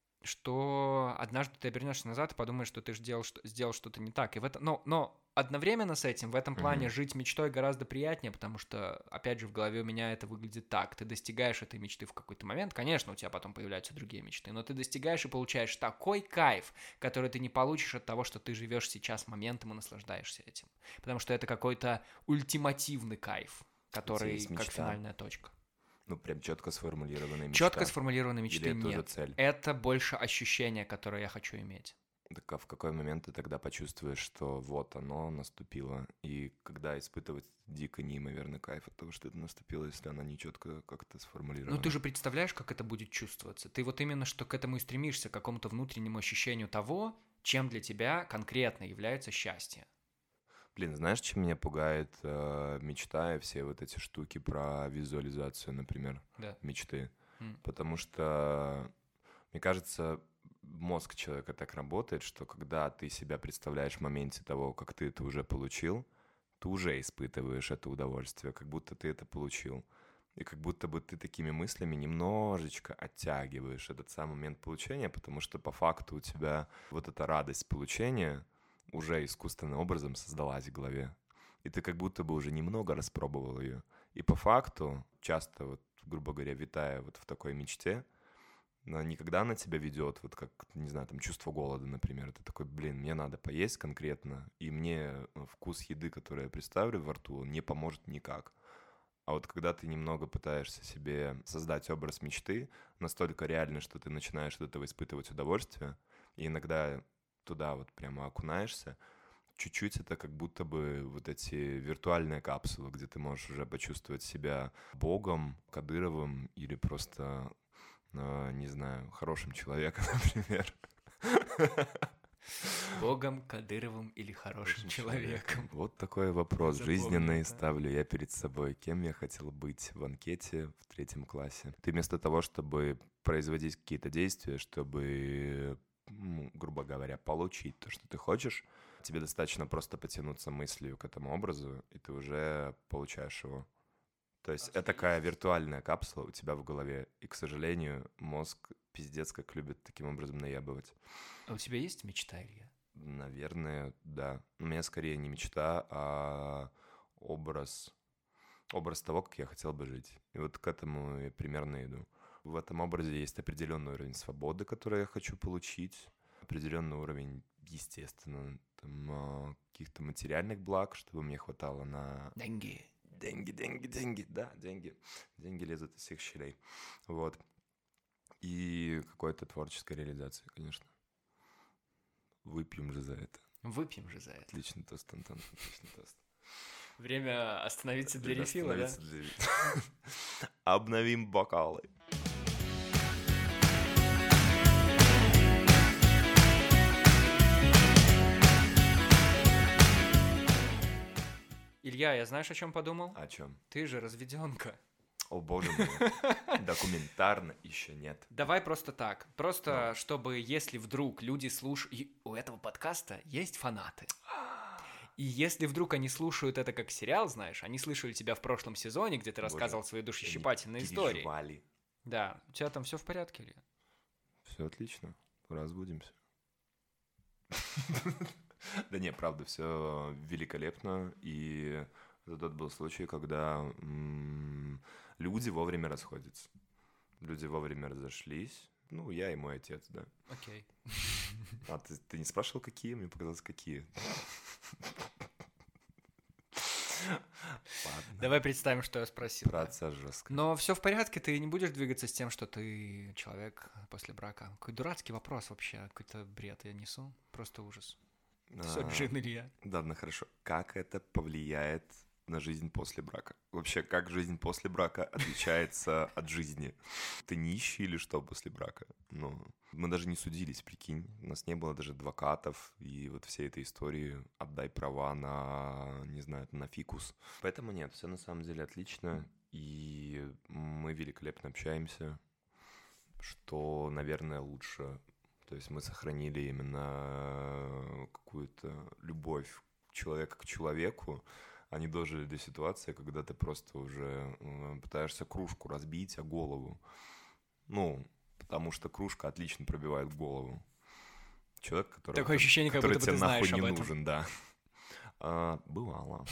что однажды ты обернешься назад и подумаешь, что ты сделал, что, сделал что-то не так. И в это, но, но одновременно с этим, в этом плане, Мгм. жить мечтой гораздо приятнее, потому что, опять же, в голове у меня это выглядит так. Ты достигаешь этой мечты в какой-то момент. Конечно, у тебя потом появляются другие мечты, но ты достигаешь и получаешь такой кайф, который ты не получишь от того, что ты живешь сейчас моментом и наслаждаешься этим. Потому что это какой-то ультимативный кайф, который есть как мечта? финальная точка. Ну, прям четко сформулированная мечта. Четко сформулированной мечты Или это уже нет. цель? Это больше ощущение, которое я хочу иметь. Так а в какой момент ты тогда почувствуешь, что вот оно наступило? И когда испытывать дико неимоверный кайф от того, что это наступило, если она не четко как-то сформулирована? Ну, ты же представляешь, как это будет чувствоваться. Ты вот именно что к этому и стремишься, к какому-то внутреннему ощущению того, чем для тебя конкретно является счастье. Блин, знаешь, чем меня пугает э, мечта и все вот эти штуки про визуализацию, например, Да. мечты? М. Потому что, мне кажется, мозг человека так работает, что когда ты себя представляешь в моменте того, как ты это уже получил, ты уже испытываешь это удовольствие, как будто ты это получил. И как будто бы ты такими мыслями немножечко оттягиваешь этот сам момент получения, потому что по факту у тебя вот эта радость получения, уже искусственным образом создалась в голове. И ты как будто бы уже немного распробовал ее. И по факту, часто, вот, грубо говоря, витая вот в такой мечте, но никогда она тебя ведет, вот как, не знаю, там, чувство голода, например. Ты такой, блин, мне надо поесть конкретно, и мне вкус еды, который я представлю во рту, он не поможет никак. А вот когда ты немного пытаешься себе создать образ мечты, настолько реально, что ты начинаешь от этого испытывать удовольствие, и иногда туда вот прямо окунаешься, чуть-чуть это как будто бы вот эти виртуальные капсулы, где ты можешь уже почувствовать себя Богом, Кадыровым или просто, э, не знаю, хорошим человеком, например. Богом, Кадыровым или хорошим человеком? Вот такой вопрос Запомни жизненный это. ставлю я перед собой. Кем я хотел быть в анкете в третьем классе? Ты вместо того, чтобы производить какие-то действия, чтобы, ну, грубо говоря, получить то, что ты хочешь, тебе достаточно просто потянуться мыслью к этому образу, и ты уже получаешь его. То есть это такая виртуальная капсула у тебя в голове, и, к сожалению, мозг пиздец как любит таким образом наебывать. А у тебя есть мечта, Илья? Наверное, да. У меня скорее не мечта, а образ, образ того, как я хотел бы жить. И вот к этому я примерно иду. В этом образе есть определенный уровень свободы, который я хочу получить, определенный уровень, естественно, там, каких-то материальных благ, чтобы мне хватало на... Деньги. Деньги, деньги, деньги, да, деньги. Деньги лезут из всех щелей. Вот. И какой-то творческой реализации, конечно. Выпьем же за это. Выпьем же за это. Отличный тост, Антон, отличный тост. Время остановиться для рефила, да? Для... Обновим бокалы. Илья, я знаешь, о чем подумал? О чем? Ты же разведенка. О, боже мой. Документарно еще нет. Давай просто так. Просто, Ну. чтобы, если вдруг люди слушают... У этого подкаста есть фанаты. И если вдруг они слушают это как сериал, знаешь, они слышали тебя в прошлом сезоне, где ты Боже, рассказывал свои душещипательные Они истории. переживали. Да. У тебя там все в порядке, Илья? Все отлично. Разбудимся. Да не, правда, все великолепно. И это тот был случай, когда м, люди вовремя расходятся. Люди вовремя разошлись. Ну, я и мой отец, да. Окей. А ты, ты не спрашивал, какие? Мне показалось, какие. Ладно. Давай представим, что я спросил. Про да. отца жестко. Но все в порядке, ты не будешь двигаться с тем, что ты человек после брака. Какой дурацкий вопрос вообще, какой-то бред я несу. Просто ужас. Ты все, А, джин, Илья. Ладно, хорошо. Как это повлияет на жизнь после брака? Вообще, как жизнь после брака отличается от жизни? Ты нищий или что после брака? Ну, мы даже не судились, прикинь. У нас не было даже адвокатов и вот всей этой истории «отдай права на, не знаю, на фикус». Поэтому нет, все на самом деле отлично. И мы великолепно общаемся, что, наверное, лучше. То есть мы сохранили именно какую-то любовь человека к человеку, а не дожили до ситуации, когда ты просто уже пытаешься кружку разбить о голову. Ну, потому что кружка отлично пробивает голову. Человек, который, Такое ощущение, как который будто бы тебе ты знаешь нахуй не об этом. нужен, да. А, бывало.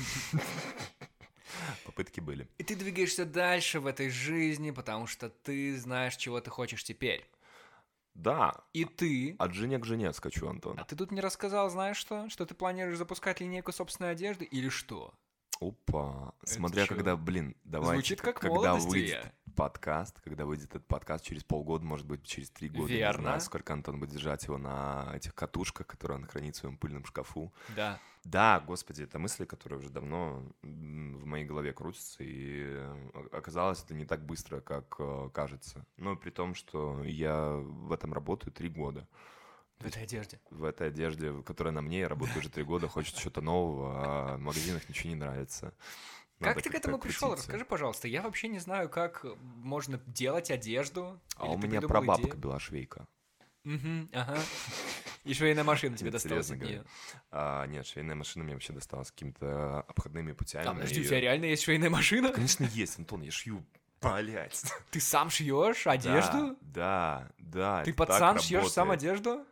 Попытки были. И ты двигаешься дальше в этой жизни, потому что ты знаешь, чего ты хочешь теперь. Да. И ты... От жене к жене скачу, Антон. А ты тут не рассказал, знаешь что? Что ты планируешь запускать линейку собственной одежды или что? Опа. Это Смотря чё? когда, блин, давайте... Звучит как когда молодость, выйдет Илья. подкаст, когда выйдет этот подкаст через полгода, может быть, через три года. Верно. Не знаю, сколько Антон будет держать его на этих катушках, которые он хранит в своем пыльном шкафу. Да. Да, господи, это мысли, которые уже давно м, в моей голове крутятся, и э, оказалось, это не так быстро, как э, кажется. Но при том, что я в этом работаю три года. В этой одежде. В этой одежде, которая на мне, я работаю уже три года, хочет что-то нового, а в магазинах ничего не нравится. Надо Как ты к как-то этому пришел? крутиться. Расскажи, пожалуйста. Я вообще не знаю, как можно делать одежду. А Или у ты меня придумал прабабка идею? была швейка. Мгм, ага. И швейная машина тебе Нет, досталась серьезно от нее. говорю. А, нет, швейная машина мне вообще досталась какими-то обходными путями. А, подожди, у и- тебя реально есть швейная машина? Конечно, есть, Антон, я шью, блядь. Ты сам шьешь одежду? Да, да, да. Ты это так пацан шьешь сам работает. одежду?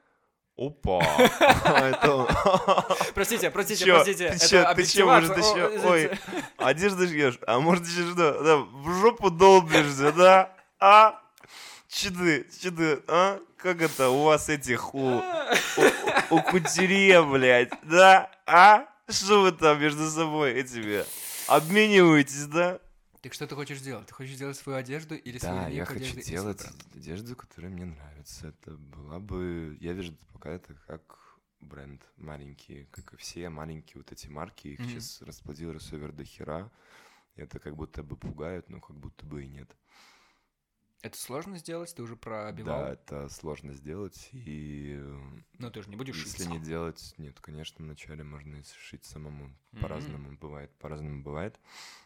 Опа! Простите, простите, Чё? простите. Ты это чё, ты чё, может, объективация. еще... О, извините. Ой, одежду шьешь? А может, еще что? Да, в жопу долбишься, да? А? Че ты, че ты, а? Как это у вас этих, у, у, у кутюрье, блядь, да? А? Что вы там между собой этими обмениваетесь, да? Так что ты хочешь сделать? Ты хочешь сделать свою одежду или свою Да, я линейку хочу одежды? делать одежду, которая мне нравится. Это была бы... Я вижу это пока это как бренд маленький, как и все маленькие вот эти марки. Их Мгм. сейчас расплодилось овер до хера. И это как будто бы пугает, но как будто бы и нет. Это сложно сделать? Ты уже пробивал? Да, это сложно сделать. И Но ты же не будешь шить если сам. не делать... Нет, конечно, вначале можно и шить самому. Мгм. По-разному бывает, по-разному бывает.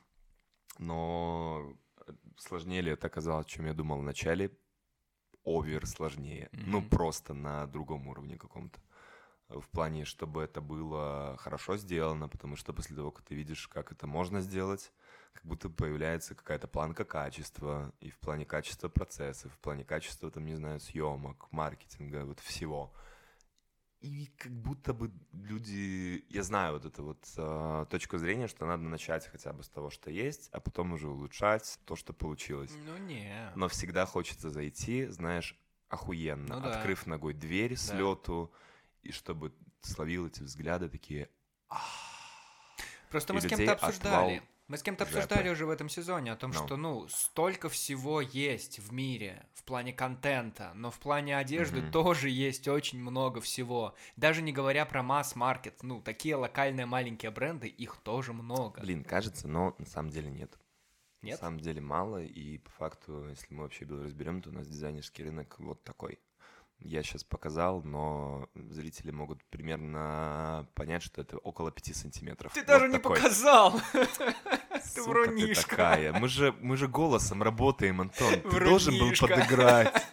Но сложнее ли это оказалось, чем я думал в начале? Овер сложнее. Ну, Мгм. просто на другом уровне каком-то. В плане, чтобы это было хорошо сделано, потому что после того, как ты видишь, как это можно сделать, как будто появляется какая-то планка качества, и в плане качества процессов, в плане качества, там, не знаю, съемок, маркетинга, вот всего. И как будто бы люди... Я знаю вот эту вот э, точку зрения, что надо начать хотя бы с того, что есть, а потом уже улучшать то, что получилось. Ну не. Но всегда хочется зайти, знаешь, охуенно, Ну да. открыв ногой дверь с Да. лету, и чтобы словил эти взгляды такие... Просто И мы с людей кем-то обсуждали. отвал Мы с кем-то жопы. обсуждали уже в этом сезоне о том, Ну. что, ну, столько всего есть в мире в плане контента, но в плане одежды Мгм. тоже есть очень много всего. Даже не говоря про масс-маркет, ну, такие локальные маленькие бренды, их тоже много. Блин, кажется, но на самом деле нет. Нет? На самом деле мало, и по факту, если мы вообще разберем, то у нас дизайнерский рынок вот такой. Я сейчас показал, но зрители могут примерно понять, что это около пяти сантиметров. Ты Вот даже не такой. показал! Ты Сука врунишка. ты такая. Мы же, мы же голосом работаем, Антон. Ты должен был Врунишка. подыграть.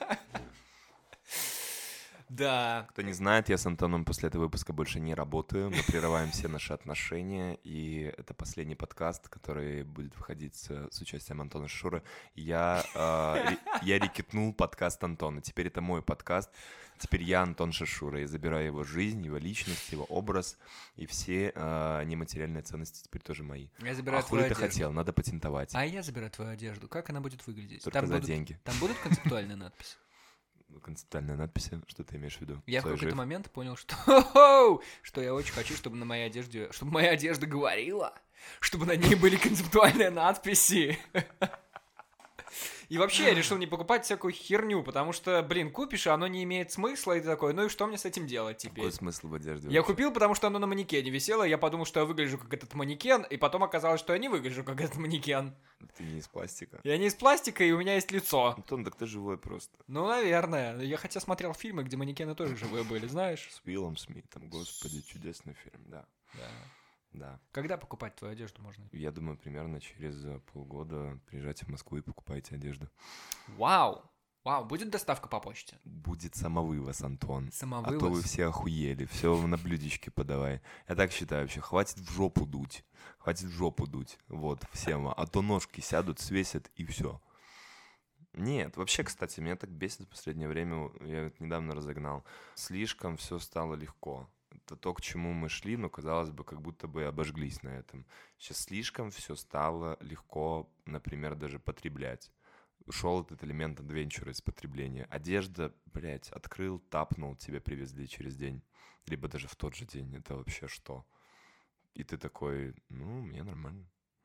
Да. Кто не знает, я с Антоном после этого выпуска больше не работаю. Мы прерываем все наши отношения. И это последний подкаст, который будет выходить с, с участием Антона Шуры. Я, э, ре- я рекетнул подкаст Антона. Теперь это мой подкаст. Теперь я Антон Шишура. Я забираю его жизнь, его личность, его образ. И все э, нематериальные ценности теперь тоже мои. Я А забираю хули твою ты одежду. хотел? Надо патентовать. А я забираю твою одежду. Как она будет выглядеть? Только за будут, деньги. Там будут концептуальные надписи? Концептуальные надписи. Что ты имеешь в виду? Я в Стой какой-то жив. момент понял, что хо-хо, что я очень хочу, чтобы на моей одежде, чтобы моя одежда говорила, чтобы на ней были концептуальные надписи. И вообще я решил не покупать всякую херню, потому что, блин, купишь, а оно не имеет смысла, и ты такой, ну и что мне с этим делать теперь? Какой смысл в одежде? Я вообще? купил, потому что оно на манекене висело, и я подумал, что я выгляжу как этот манекен, и потом оказалось, что я не выгляжу как этот манекен. Ты не из пластика. Я не из пластика, и у меня есть лицо. Антон, так ты живой просто. Ну, наверное. Я хотя смотрел фильмы, где манекены тоже живые были, знаешь? С Уиллом Смитом, господи, чудесный фильм, да. Да. Да. Когда покупать твою одежду можно? Я думаю, примерно через э, полгода приезжайте в Москву и покупайте одежду. Вау! Вау, будет доставка по почте? Будет самовывоз, Антон. А Самовывоз? то вы все охуели, все на блюдечке подавай. Я так считаю вообще, хватит в жопу дуть. Хватит в жопу дуть, вот, всем. А то ножки сядут, свесят и все. Нет, вообще, кстати, меня так бесит в последнее время, я вот недавно разогнал. Слишком все стало легко. Это то, к чему мы шли, но, казалось бы, как будто бы обожглись на этом. Сейчас слишком все стало легко, например, даже потреблять. Ушел этот элемент адвенчура из потребления. Одежда, блядь, открыл, тапнул, тебе привезли через день. Либо даже в тот же день. Это вообще что? И ты такой, ну, мне нормально.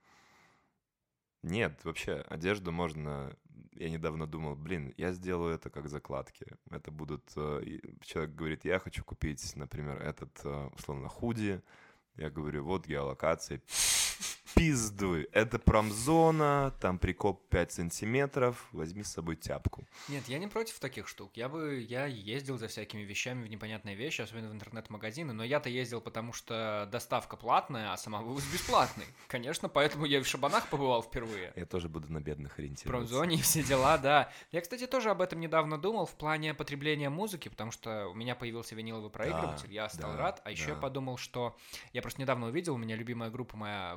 Нет, вообще, одежду можно... Я недавно думал, блин, я сделаю это как закладки. Это будут... э, и Человек говорит, я хочу купить, например, этот, э, условно, худи. Я говорю, вот геолокация. Пиздуй. Это промзона, там прикоп пять сантиметров. Возьми с собой тяпку. Нет, я не против таких штук. Я бы, я ездил за всякими вещами в непонятные вещи, особенно в интернет-магазины, но я-то ездил, потому что доставка платная, а самовывоз бесплатный. Конечно, поэтому я в Шабанах побывал впервые. Я тоже буду на бедных В ориентироваться. промзоне и все дела, да. Я, кстати, тоже об этом недавно думал в плане потребления музыки, потому что у меня появился виниловый проигрыватель, Да, я стал да, рад, а еще я да. подумал, что я просто недавно увидел, у меня любимая группа моя выпустила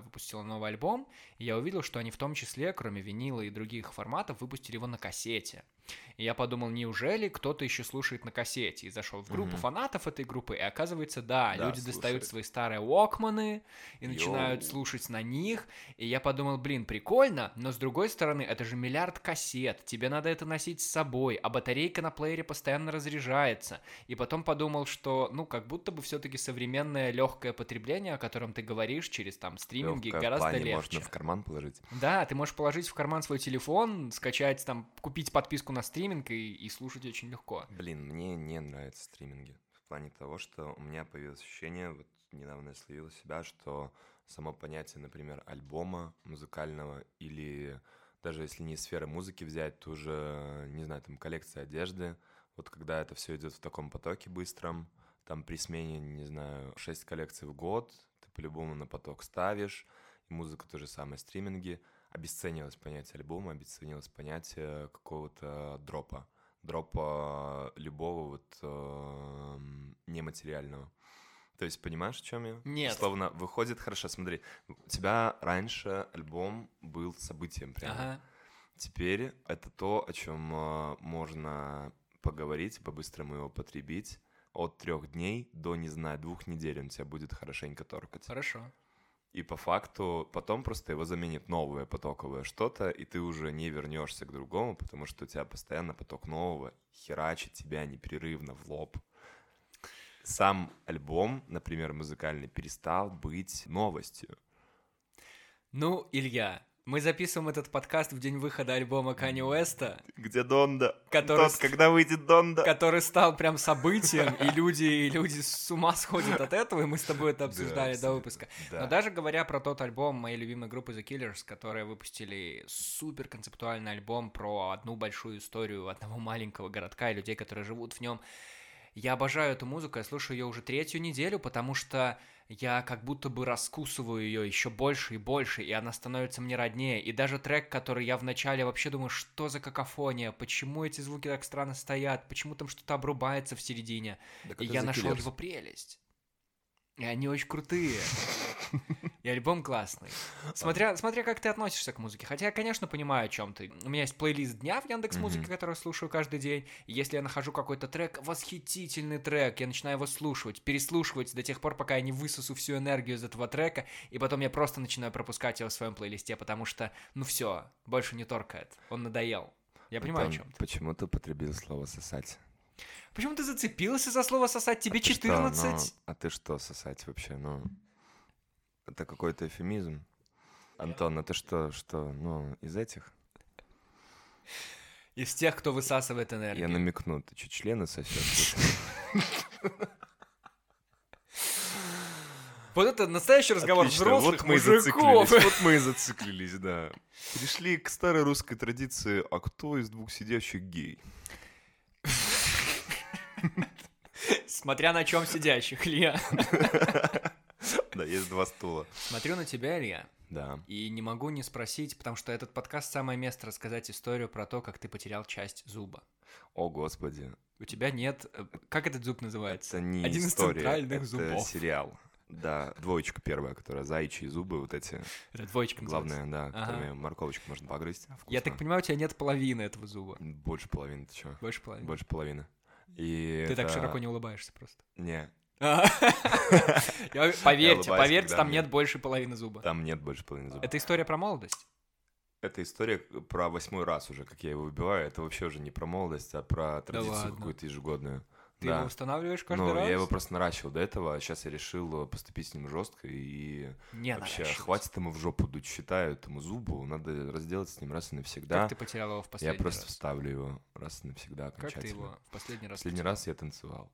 новый альбом, и я увидел, что они в том числе, кроме винила и других форматов, выпустили его на кассете. И я подумал, неужели кто-то еще слушает на кассете? И зашел в группу mm-hmm. фанатов этой группы, и оказывается, да, да люди слушают. Достают свои старые Walkman'ы и Йоу. Начинают слушать на них. И я подумал, блин, прикольно, но с другой стороны, это же миллиард кассет, тебе надо это носить с собой, а батарейка на плеере постоянно разряжается. И потом подумал, что, ну, как будто бы все-таки современное легкое потребление, о котором ты говоришь, через там стриминги, легкое гораздо легче. Можно в карман положить. Да, ты можешь положить в карман свой телефон, скачать там, купить подписку на стриминг и, и слушать очень легко. Блин, мне не нравятся стриминги. В плане того, что у меня появилось ощущение, вот недавно я словил себя, что само понятие, например, альбома музыкального или даже если не из сферы музыки взять, то уже, не знаю, там коллекция одежды, вот когда это все идет в таком потоке быстром, там при смене, не знаю, шесть коллекций в год, ты по-любому на поток ставишь, и музыка то же самое, стриминги, обесценилось понятие альбома, обесценилось понятие какого-то дропа, дропа любого вот э, нематериального. То есть понимаешь, о чем я? Нет. Словно выходит, хорошо, смотри, у тебя раньше альбом был событием прямо. Ага. Теперь это то, о чем э, можно поговорить, по-быстрому его потребить. От трех дней до, не знаю, двух недель он тебя будет хорошенько торкать. Хорошо. И по факту потом просто его заменит новое потоковое что-то, и ты уже не вернешься к другому, потому что у тебя постоянно поток нового херачит тебя непрерывно в лоб. Сам альбом, например, музыкальный, перестал быть новостью. Ну, Илья, мы записываем этот подкаст в день выхода альбома Канье Уэста. Где Донда? Который, Тот, когда выйдет Донда? Который стал прям событием, и люди, и люди с ума сходят от этого, и мы с тобой это обсуждали да, до выпуска. Да. Но даже говоря про тот альбом моей любимой группы The Killers, которые выпустили супер концептуальный альбом про одну большую историю одного маленького городка и людей, которые живут в нем, я обожаю эту музыку, я слушаю ее уже третью неделю, потому что я как будто бы раскусываю ее еще больше и больше, и она становится мне роднее. И даже трек, который я вначале вообще думаю, что за какофония, почему эти звуки так странно стоят, почему там что-то обрубается в середине, и я нашел его прелесть. И они очень крутые. И альбом классный. Смотря, смотря как ты относишься к музыке. Хотя я, конечно, понимаю, о чем ты. У меня есть плейлист дня в Яндекс.Музыке, mm-hmm. который я слушаю каждый день. И если я нахожу какой-то трек, восхитительный трек, я начинаю его слушать, переслушивать до тех пор, пока я не высосу всю энергию из этого трека, и потом я просто начинаю пропускать его в своем плейлисте, потому что, ну все, больше не торкает. Он надоел. Я понимаю, Антон, о чем ты. Почему ты употребил слово «сосать»? Почему ты зацепился за слово «сосать»? Тебе а четырнадцать. Что, ну, а ты что сосать вообще? Ну, это какой-то эвфемизм. Антон, а ты что, что, ну, из этих? Из тех, кто высасывает энергию. Я намекну, ты что, члены сосешь? Вот это настоящий разговор Отлично. взрослых вот мы мужиков. Вот мы и зациклились, да. Перешли к старой русской традиции, а кто из двух сидящих гей? Смотря на чем сидящих, Илья. Да, есть два стула. Смотрю на тебя, Илья. Да. И не могу не спросить, потому что этот подкаст самое место рассказать историю про то, как ты потерял часть зуба. О, господи. У тебя нет... Как этот зуб называется? Это не Один история, из центральных это зубов. сериал. Да, двоечка первая, которая заячьи зубы, вот эти. Это двоечка главное, называется. да, ага. Которыми морковочку можно погрызть. Вкусно. Я так понимаю, у тебя нет половины этого зуба. Больше половины, ты чё? Больше половины. Больше половины. И ты это... так широко не улыбаешься просто. Не. Поверьте, поверьте, там нет больше половины зуба. Там нет больше половины зуба. Это история про молодость? Это история про восьмой раз уже, как я его выбиваю. Это вообще уже не про молодость, а про традицию какую-то ежегодную. Ты да. его устанавливаешь каждый ну, раз? Я его просто наращивал до этого, а сейчас я решил поступить с ним жестко и не вообще хватит ему в жопу дуть, считаю, этому зубу, надо разделаться с ним раз и навсегда. Как ты потерял его в последний раз? Я просто раз? вставлю его раз и навсегда окончательно. Как ты его в последний раз Последний потерял? раз я танцевал.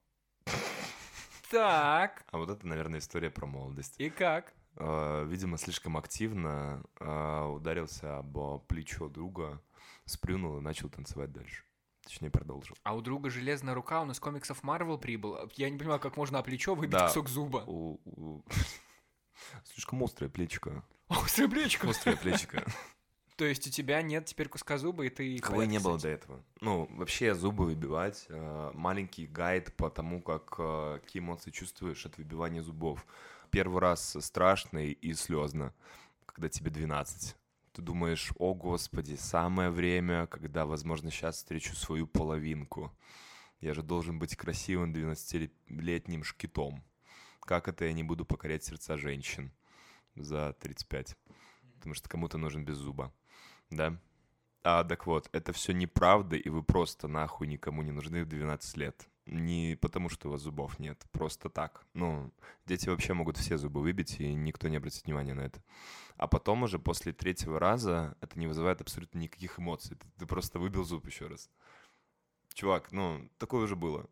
Так. А вот это, наверное, история про молодость. И как? Видимо, слишком активно ударился об плечо друга, сплюнул и начал танцевать дальше. Точнее, продолжил. А у друга железная рука, он из комиксов Марвел прибыл. Я не понимаю, как можно о плечо выбить да, кусок зуба. У, у... Слишком острое плечико. Острое плечико? Острое плечико. То есть у тебя нет теперь куска зуба, и ты... Кого и не было до этого. Ну, вообще зубы выбивать. Маленький гайд по тому, как какие эмоции чувствуешь от выбивания зубов. Первый раз страшно и слезно. когда тебе двенадцать. Ты думаешь, о господи, самое время, когда, возможно, сейчас встречу свою половинку. Я же должен быть красивым двенадцатилетним шкитом. Как это я не буду покорять сердца женщин за тридцать пять? Потому что кому-то нужен без зуба, да? А, так вот, это все неправда, и вы просто нахуй никому не нужны в двенадцать лет. Не потому, что у вас зубов нет, просто так. Ну, дети вообще могут все зубы выбить, и никто не обратит внимания на это. А потом уже после третьего раза это не вызывает абсолютно никаких эмоций. Ты, ты просто выбил зуб еще раз. Чувак, ну, такое уже было.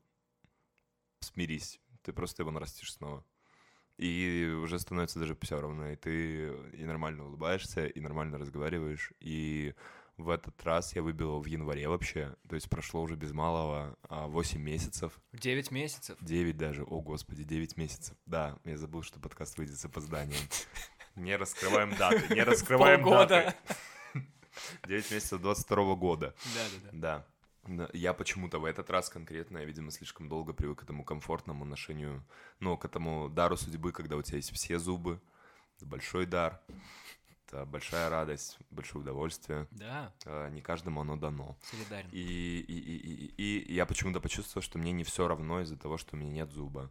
Смирись. Ты просто его нарастишь снова. И уже становится даже все равно. И ты и нормально улыбаешься, и нормально разговариваешь. И в этот раз я выбил его в январе вообще. То есть прошло уже без малого восемь месяцев. девять месяцев? девять даже. О, господи, девять месяцев. Да, я забыл, что подкаст выйдет с опозданием. Не раскрываем даты, не раскрываем даты. девять месяцев двадцать второго года. Да-да-да. Да. Я почему-то в этот раз конкретно, я, видимо, слишком долго привык к этому комфортному ношению, ну, к этому дару судьбы, когда у тебя есть все зубы. Это большой дар, это большая радость, большое удовольствие. Да. Не каждому оно дано. Солидарен. И, и, и, и, и я почему-то почувствовал, что мне не все равно из-за того, что у меня нет зуба.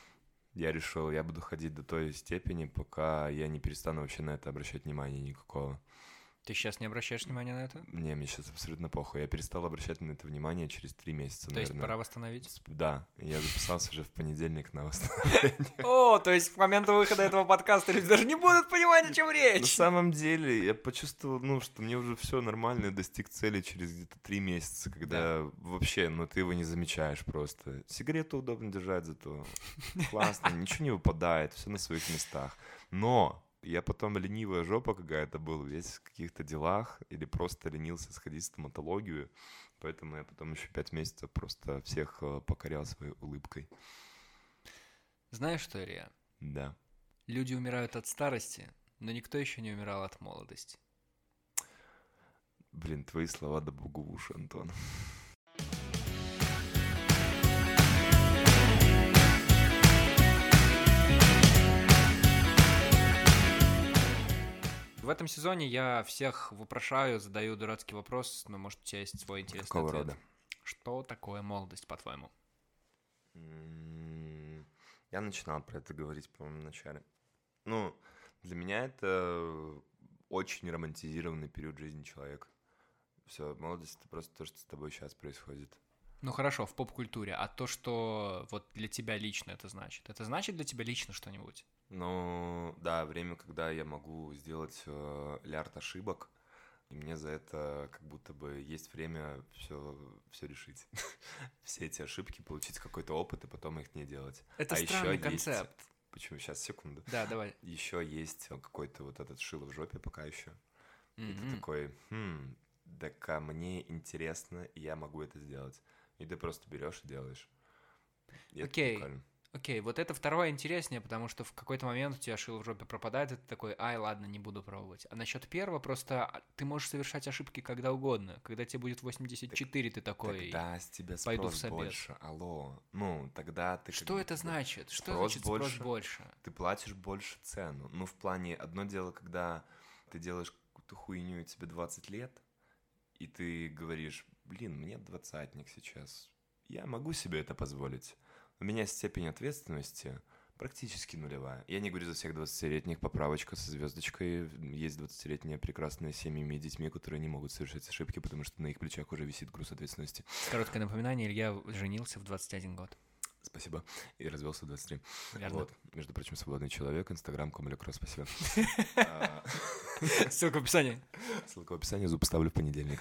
Я решил, я буду ходить до той степени, пока я не перестану вообще на это обращать внимания никакого. Ты сейчас не обращаешь внимания на это? Не, мне сейчас абсолютно похуй. Я перестал обращать на это внимание через три месяца, то наверное. То есть пора восстановить? Да, я записался уже в понедельник на восстановление. О, то есть к моменту выхода этого подкаста люди даже не будут понимать, о чем речь. На самом деле, я почувствовал, ну, что мне уже все нормально, я достиг цели через где-то три месяца, когда да. вообще, ну, ты его не замечаешь просто. Сигарету удобно держать зато. Классно, ничего не выпадает, все на своих местах. Но я потом ленивая жопа какая-то был, весь в каких-то делах, или просто ленился сходить в стоматологию, поэтому я потом еще пять месяцев просто всех покорял своей улыбкой. Знаешь что, Илья? Да. Люди умирают от старости, но никто еще не умирал от молодости. Блин, твои слова да богу в уши, Антон. В этом сезоне я всех вопрошаю, задаю дурацкий вопрос, но, может, у тебя есть свой интересный Какого ответ. рода? Что такое молодость, по-твоему? Я начинал про это говорить, по-моему, в начале. Ну, для меня это очень романтизированный период жизни человека. Все, молодость — это просто то, что с тобой сейчас происходит. Ну хорошо, в поп-культуре. А то, что вот для тебя лично это значит? Это значит для тебя лично что-нибудь? Ну, да, время, когда я могу сделать э, лярд ошибок, и мне за это как будто бы есть время все, все решить. Все эти ошибки, получить какой-то опыт и потом их не делать. Это а странный еще концепт. Есть... Почему? Сейчас, секунду. Да, давай. Еще есть какой-то вот этот шило в жопе пока еще. Mm-hmm. И ты такой, хм, так мне интересно, и я могу это сделать. И ты просто берешь и делаешь. И Окей. это прикольно. Окей, вот это второе интереснее, потому что в какой-то момент у тебя шило в жопе пропадает, и ты такой, ай, ладно, не буду пробовать. А насчет первого просто ты можешь совершать ошибки когда угодно. Когда тебе будет восемьдесят четыре, так, ты такой, тогда с тебя спрос пойду в собес. Больше, алло. Ну, тогда ты... Что это значит? Что спрос значит больше, спрос больше? Ты платишь больше цену. Ну, в плане, одно дело, когда ты делаешь какую-то хуйню, и тебе двадцать лет, и ты говоришь, блин, мне двадцатник сейчас, я могу себе это позволить. У меня степень ответственности практически нулевая. Я не говорю за всех двадцатилетних, поправочка со звездочкой. Есть двадцатилетние прекрасные семьями и детьми, которые не могут совершать ошибки, потому что на их плечах уже висит груз ответственности. Короткое напоминание, Илья женился в двадцать один год. Спасибо. И развелся в двадцать три. Верно. Вот. Между прочим, свободный человек. Инстаграм, Комолякро, спасибо. Ссылка в описании. Ссылка в описании, зуб ставлю в понедельник.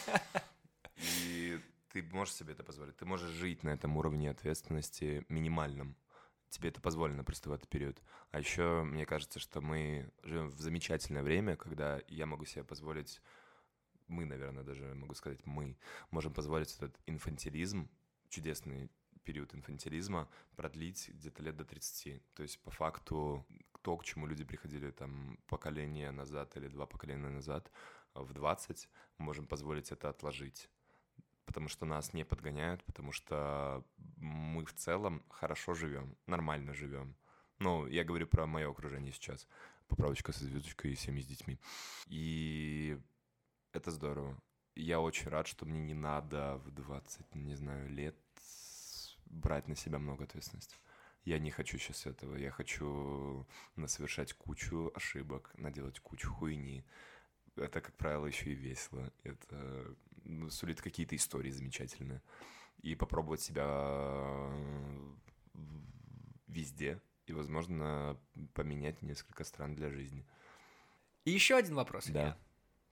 И ты можешь себе это позволить. Ты можешь жить на этом уровне ответственности минимальном. Тебе это позволено просто в этот период. А еще мне кажется, что мы живем в замечательное время, когда я могу себе позволить, мы, наверное, даже могу сказать, мы можем позволить этот инфантилизм, чудесный период инфантилизма, продлить где-то лет до тридцати. То есть, по факту, то, к чему люди приходили там поколение назад или два поколения назад, в двадцать, мы можем позволить это отложить. Потому что нас не подгоняют, потому что мы в целом хорошо живем, нормально живем. Ну, я говорю про мое окружение сейчас. поправочка со звездочкой и семьи с детьми. И это здорово. Я очень рад, что мне не надо в двадцать, не знаю, лет брать на себя много ответственности. Я не хочу сейчас этого. Я хочу совершать кучу ошибок, наделать кучу хуйни. Это, как правило, еще и весело. Это ну, сулит какие-то истории замечательные. И попробовать себя везде. И, возможно, поменять несколько стран для жизни. И еще один вопрос. Да. Илья.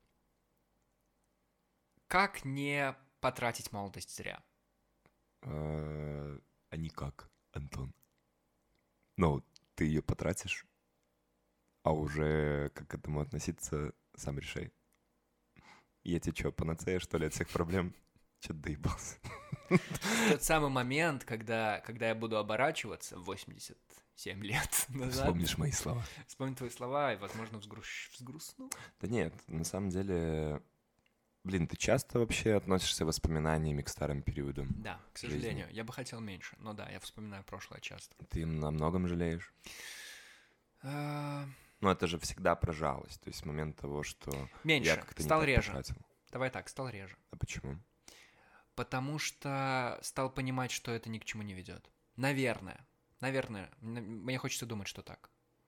Как не потратить молодость зря? А никак, Антон. Ну, ты ее потратишь, а уже как к этому относиться, сам решай. Я тебе что, панацея, что ли, от всех проблем? Че-то доебался. Тот самый момент, когда, когда я буду оборачиваться в восемьдесят семь лет назад. Вспомнишь мои слова. Вспомню твои слова и, возможно, взгруш... взгрустну. Да нет, на самом деле... Блин, ты часто вообще относишься воспоминаниями к старым периодам? Да, к сожалению. Жизни? Я бы хотел меньше, но да, я вспоминаю прошлое часто. Ты на многом жалеешь? А... Ну, это же всегда про жалость. То есть момент того, что меньше. Я как-то стал не так реже. потратил. Давай так, стал реже. А почему? Потому что стал понимать, что это ни к чему не ведет. Наверное. Наверное. Мне хочется думать, что так.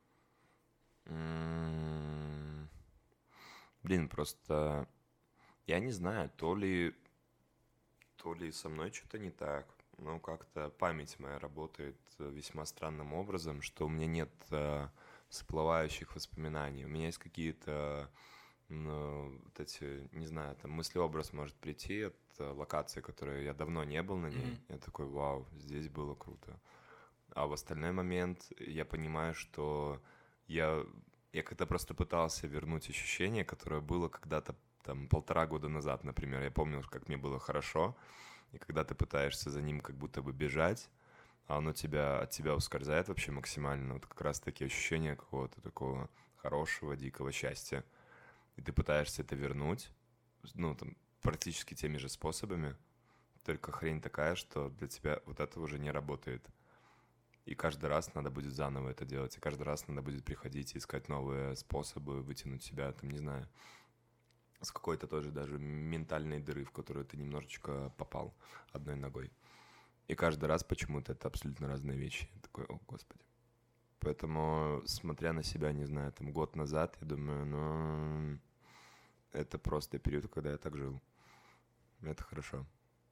М-м-м. Блин, просто... Я не знаю, то ли, то ли со мной что-то не так. Ну, как-то память моя работает весьма странным образом, что у меня нет э, всплывающих воспоминаний. У меня есть какие-то, ну, вот эти, не знаю, там мыслеобраз может прийти от э, локации, которой я давно не был на ней. Mm-hmm. Я такой, вау, здесь было круто. А в остальной момент я понимаю, что я, я как-то просто пытался вернуть ощущение, которое было когда-то там полтора года назад, например. Я помню, как мне было хорошо, и когда ты пытаешься за ним как будто бы бежать, а оно тебя, от тебя ускользает вообще максимально. Вот как раз-таки ощущение какого-то такого хорошего, дикого счастья. И ты пытаешься это вернуть, ну, там, практически теми же способами, только хрень такая, что для тебя вот это уже не работает. И каждый раз надо будет заново это делать, и каждый раз надо будет приходить и искать новые способы вытянуть себя, там, не знаю, с какой-то тоже даже ментальной дыры, в которую ты немножечко попал одной ногой. И каждый раз почему-то это абсолютно разные вещи. Я такой, о, Господи. Поэтому, смотря на себя, не знаю, там год назад, я думаю, ну, это просто период, когда я так жил. Это хорошо.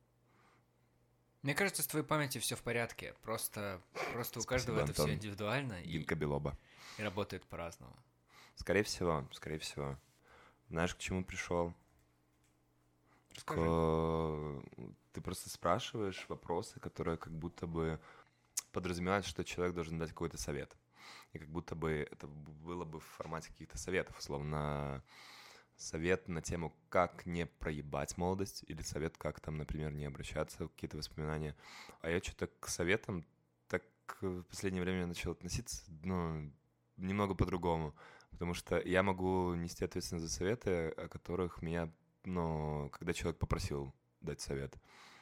Мне кажется, с твоей памятью все в порядке. Просто, просто у Спасибо, каждого это Антон. все индивидуально и, Гинка Белоба. и работает по-разному. Скорее всего, скорее всего. Знаешь, к чему пришел? Расскажи. К... Ты просто спрашиваешь вопросы, которые как будто бы подразумевают, что человек должен дать какой-то совет. И как будто бы это было бы в формате каких-то советов, условно, совет на тему, как не проебать молодость, или совет, как там, например, не обращаться в какие-то воспоминания. А я что-то к советам так в последнее время начал относиться, ну, немного по-другому. Потому что я могу нести ответственность за советы, о которых меня, ну, когда человек попросил дать совет.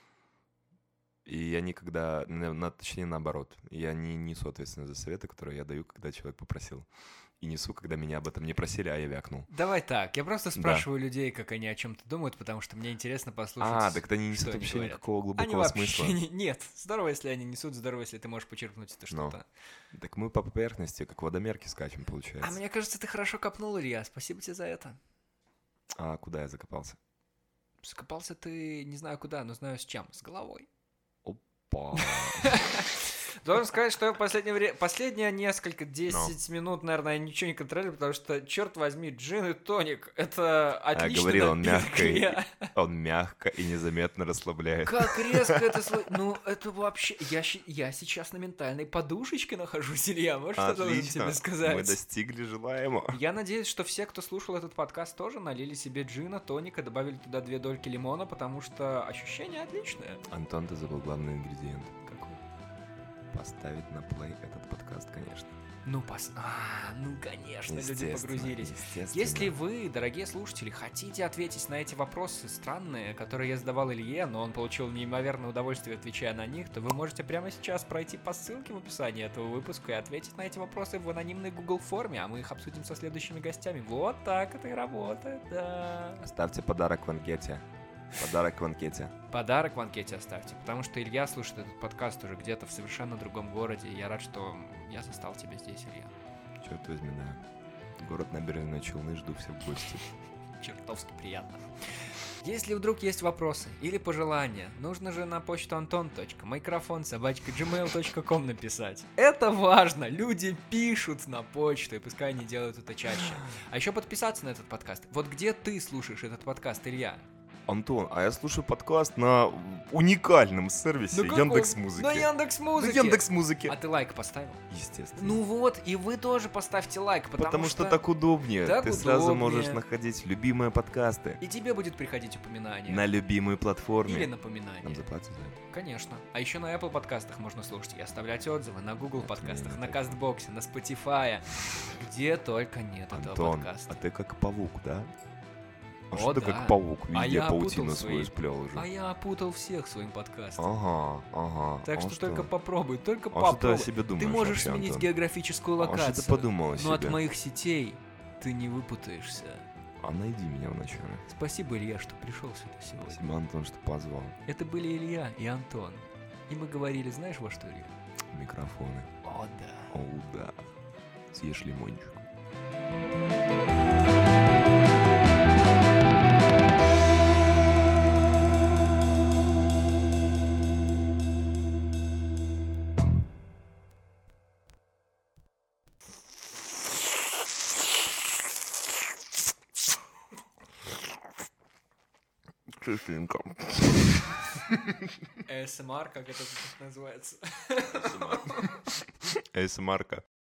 И я никогда, на, точнее наоборот, я не несу ответственность за советы, которые я даю, когда человек попросил. И несу, когда меня об этом не просили, а я вякнул. Давай так, я просто спрашиваю да. людей, как они о чем-то думают, потому что мне интересно послушать, А, так они несут что вообще они никакого глубокого они смысла. Не, нет, здорово, если они несут, здорово, если ты можешь почерпнуть это что-то. Но. Так мы по поверхности, как водомерки скачем, получается. А мне кажется, ты хорошо копнул, Илья, спасибо тебе за это. А куда я закопался? Закопался ты, не знаю куда, но знаю с чем, с головой. Опа. Должен сказать, что в последнее время, последние несколько, десять no. минут, наверное, я ничего не контролирую, потому что, черт возьми, джин и тоник, это отлично. Я говорил, он мягко, и, он мягко и незаметно расслабляет. Как резко это слышно. Ну, это вообще, я, я сейчас на ментальной подушечке нахожусь, Илья, можешь что-то тебе сказать? Мы достигли желаемого. Я надеюсь, что все, кто слушал этот подкаст, тоже налили себе джина, тоника, добавили туда две дольки лимона, потому что ощущение отличное. Антон, ты забыл главный ингредиент. Поставить на плей этот подкаст, конечно. Ну, пос... а, ну, конечно, люди Естественно, погрузились. естественно. Если вы, дорогие слушатели, хотите ответить на эти вопросы странные, которые я задавал Илье, но он получил неимоверное удовольствие, отвечая на них, то вы можете прямо сейчас пройти по ссылке в описании этого выпуска и ответить на эти вопросы в анонимной Google форме, а мы их обсудим со следующими гостями. Вот так это и работает, да. Оставьте подарок в анкете. Подарок в анкете. Подарок в анкете оставьте, потому что Илья слушает этот подкаст уже где-то в совершенно другом городе, и я рад, что я застал тебя здесь, Илья. Черт возьми, да. Город Набережные Челны, жду всех в гости. Чертовски приятно. Если вдруг есть вопросы или пожелания, нужно же на почту антон точка микрофон собака джи мейл точка ком написать. Это важно, люди пишут на почту, и пускай они делают это чаще. А еще подписаться на этот подкаст. Вот где ты слушаешь этот подкаст, Илья? Антон, а я слушаю подкаст на уникальном сервисе На каком? Яндекс.Музыки. На Яндекс.Музыке. На Яндекс.Музыке. А ты лайк поставил? Естественно. Ну вот, и вы тоже поставьте лайк, потому, Потому что... что так удобнее. Так Ты сразу удобнее. можешь находить любимые подкасты И тебе будет приходить упоминание. на любимой платформе. Или напоминание. Нам заплатят за это. Конечно. А еще на Apple подкастах можно слушать и оставлять отзывы, на Google Это подкастах, не на так. Кастбоксе, на Spotify. Где только нет этого Антон, подкаста. а ты как паук, да? А О, что ты да. как паук? А Везде я опутал паутину свои- свою сплел уже. А я опутал всех своим подкастом. Ага, ага. Так А что, что? только попробуй, только А что ты о попробуй. себе думаешь Ты можешь вообще, сменить Антон? географическую А локацию. что ты подумал о Но от себе? моих сетей ты не выпутаешься. А найди меня вначале. Спасибо, Илья, что пришел сюда сегодня. Спасибо, Антон, что позвал. Это были Илья и Антон. И мы говорили, знаешь, во что, Илья? Микрофоны. О, да. О, да. Съешь лимончик. Кисленько. эй эс эм ар, как это называется? эй эс эм ар-ка.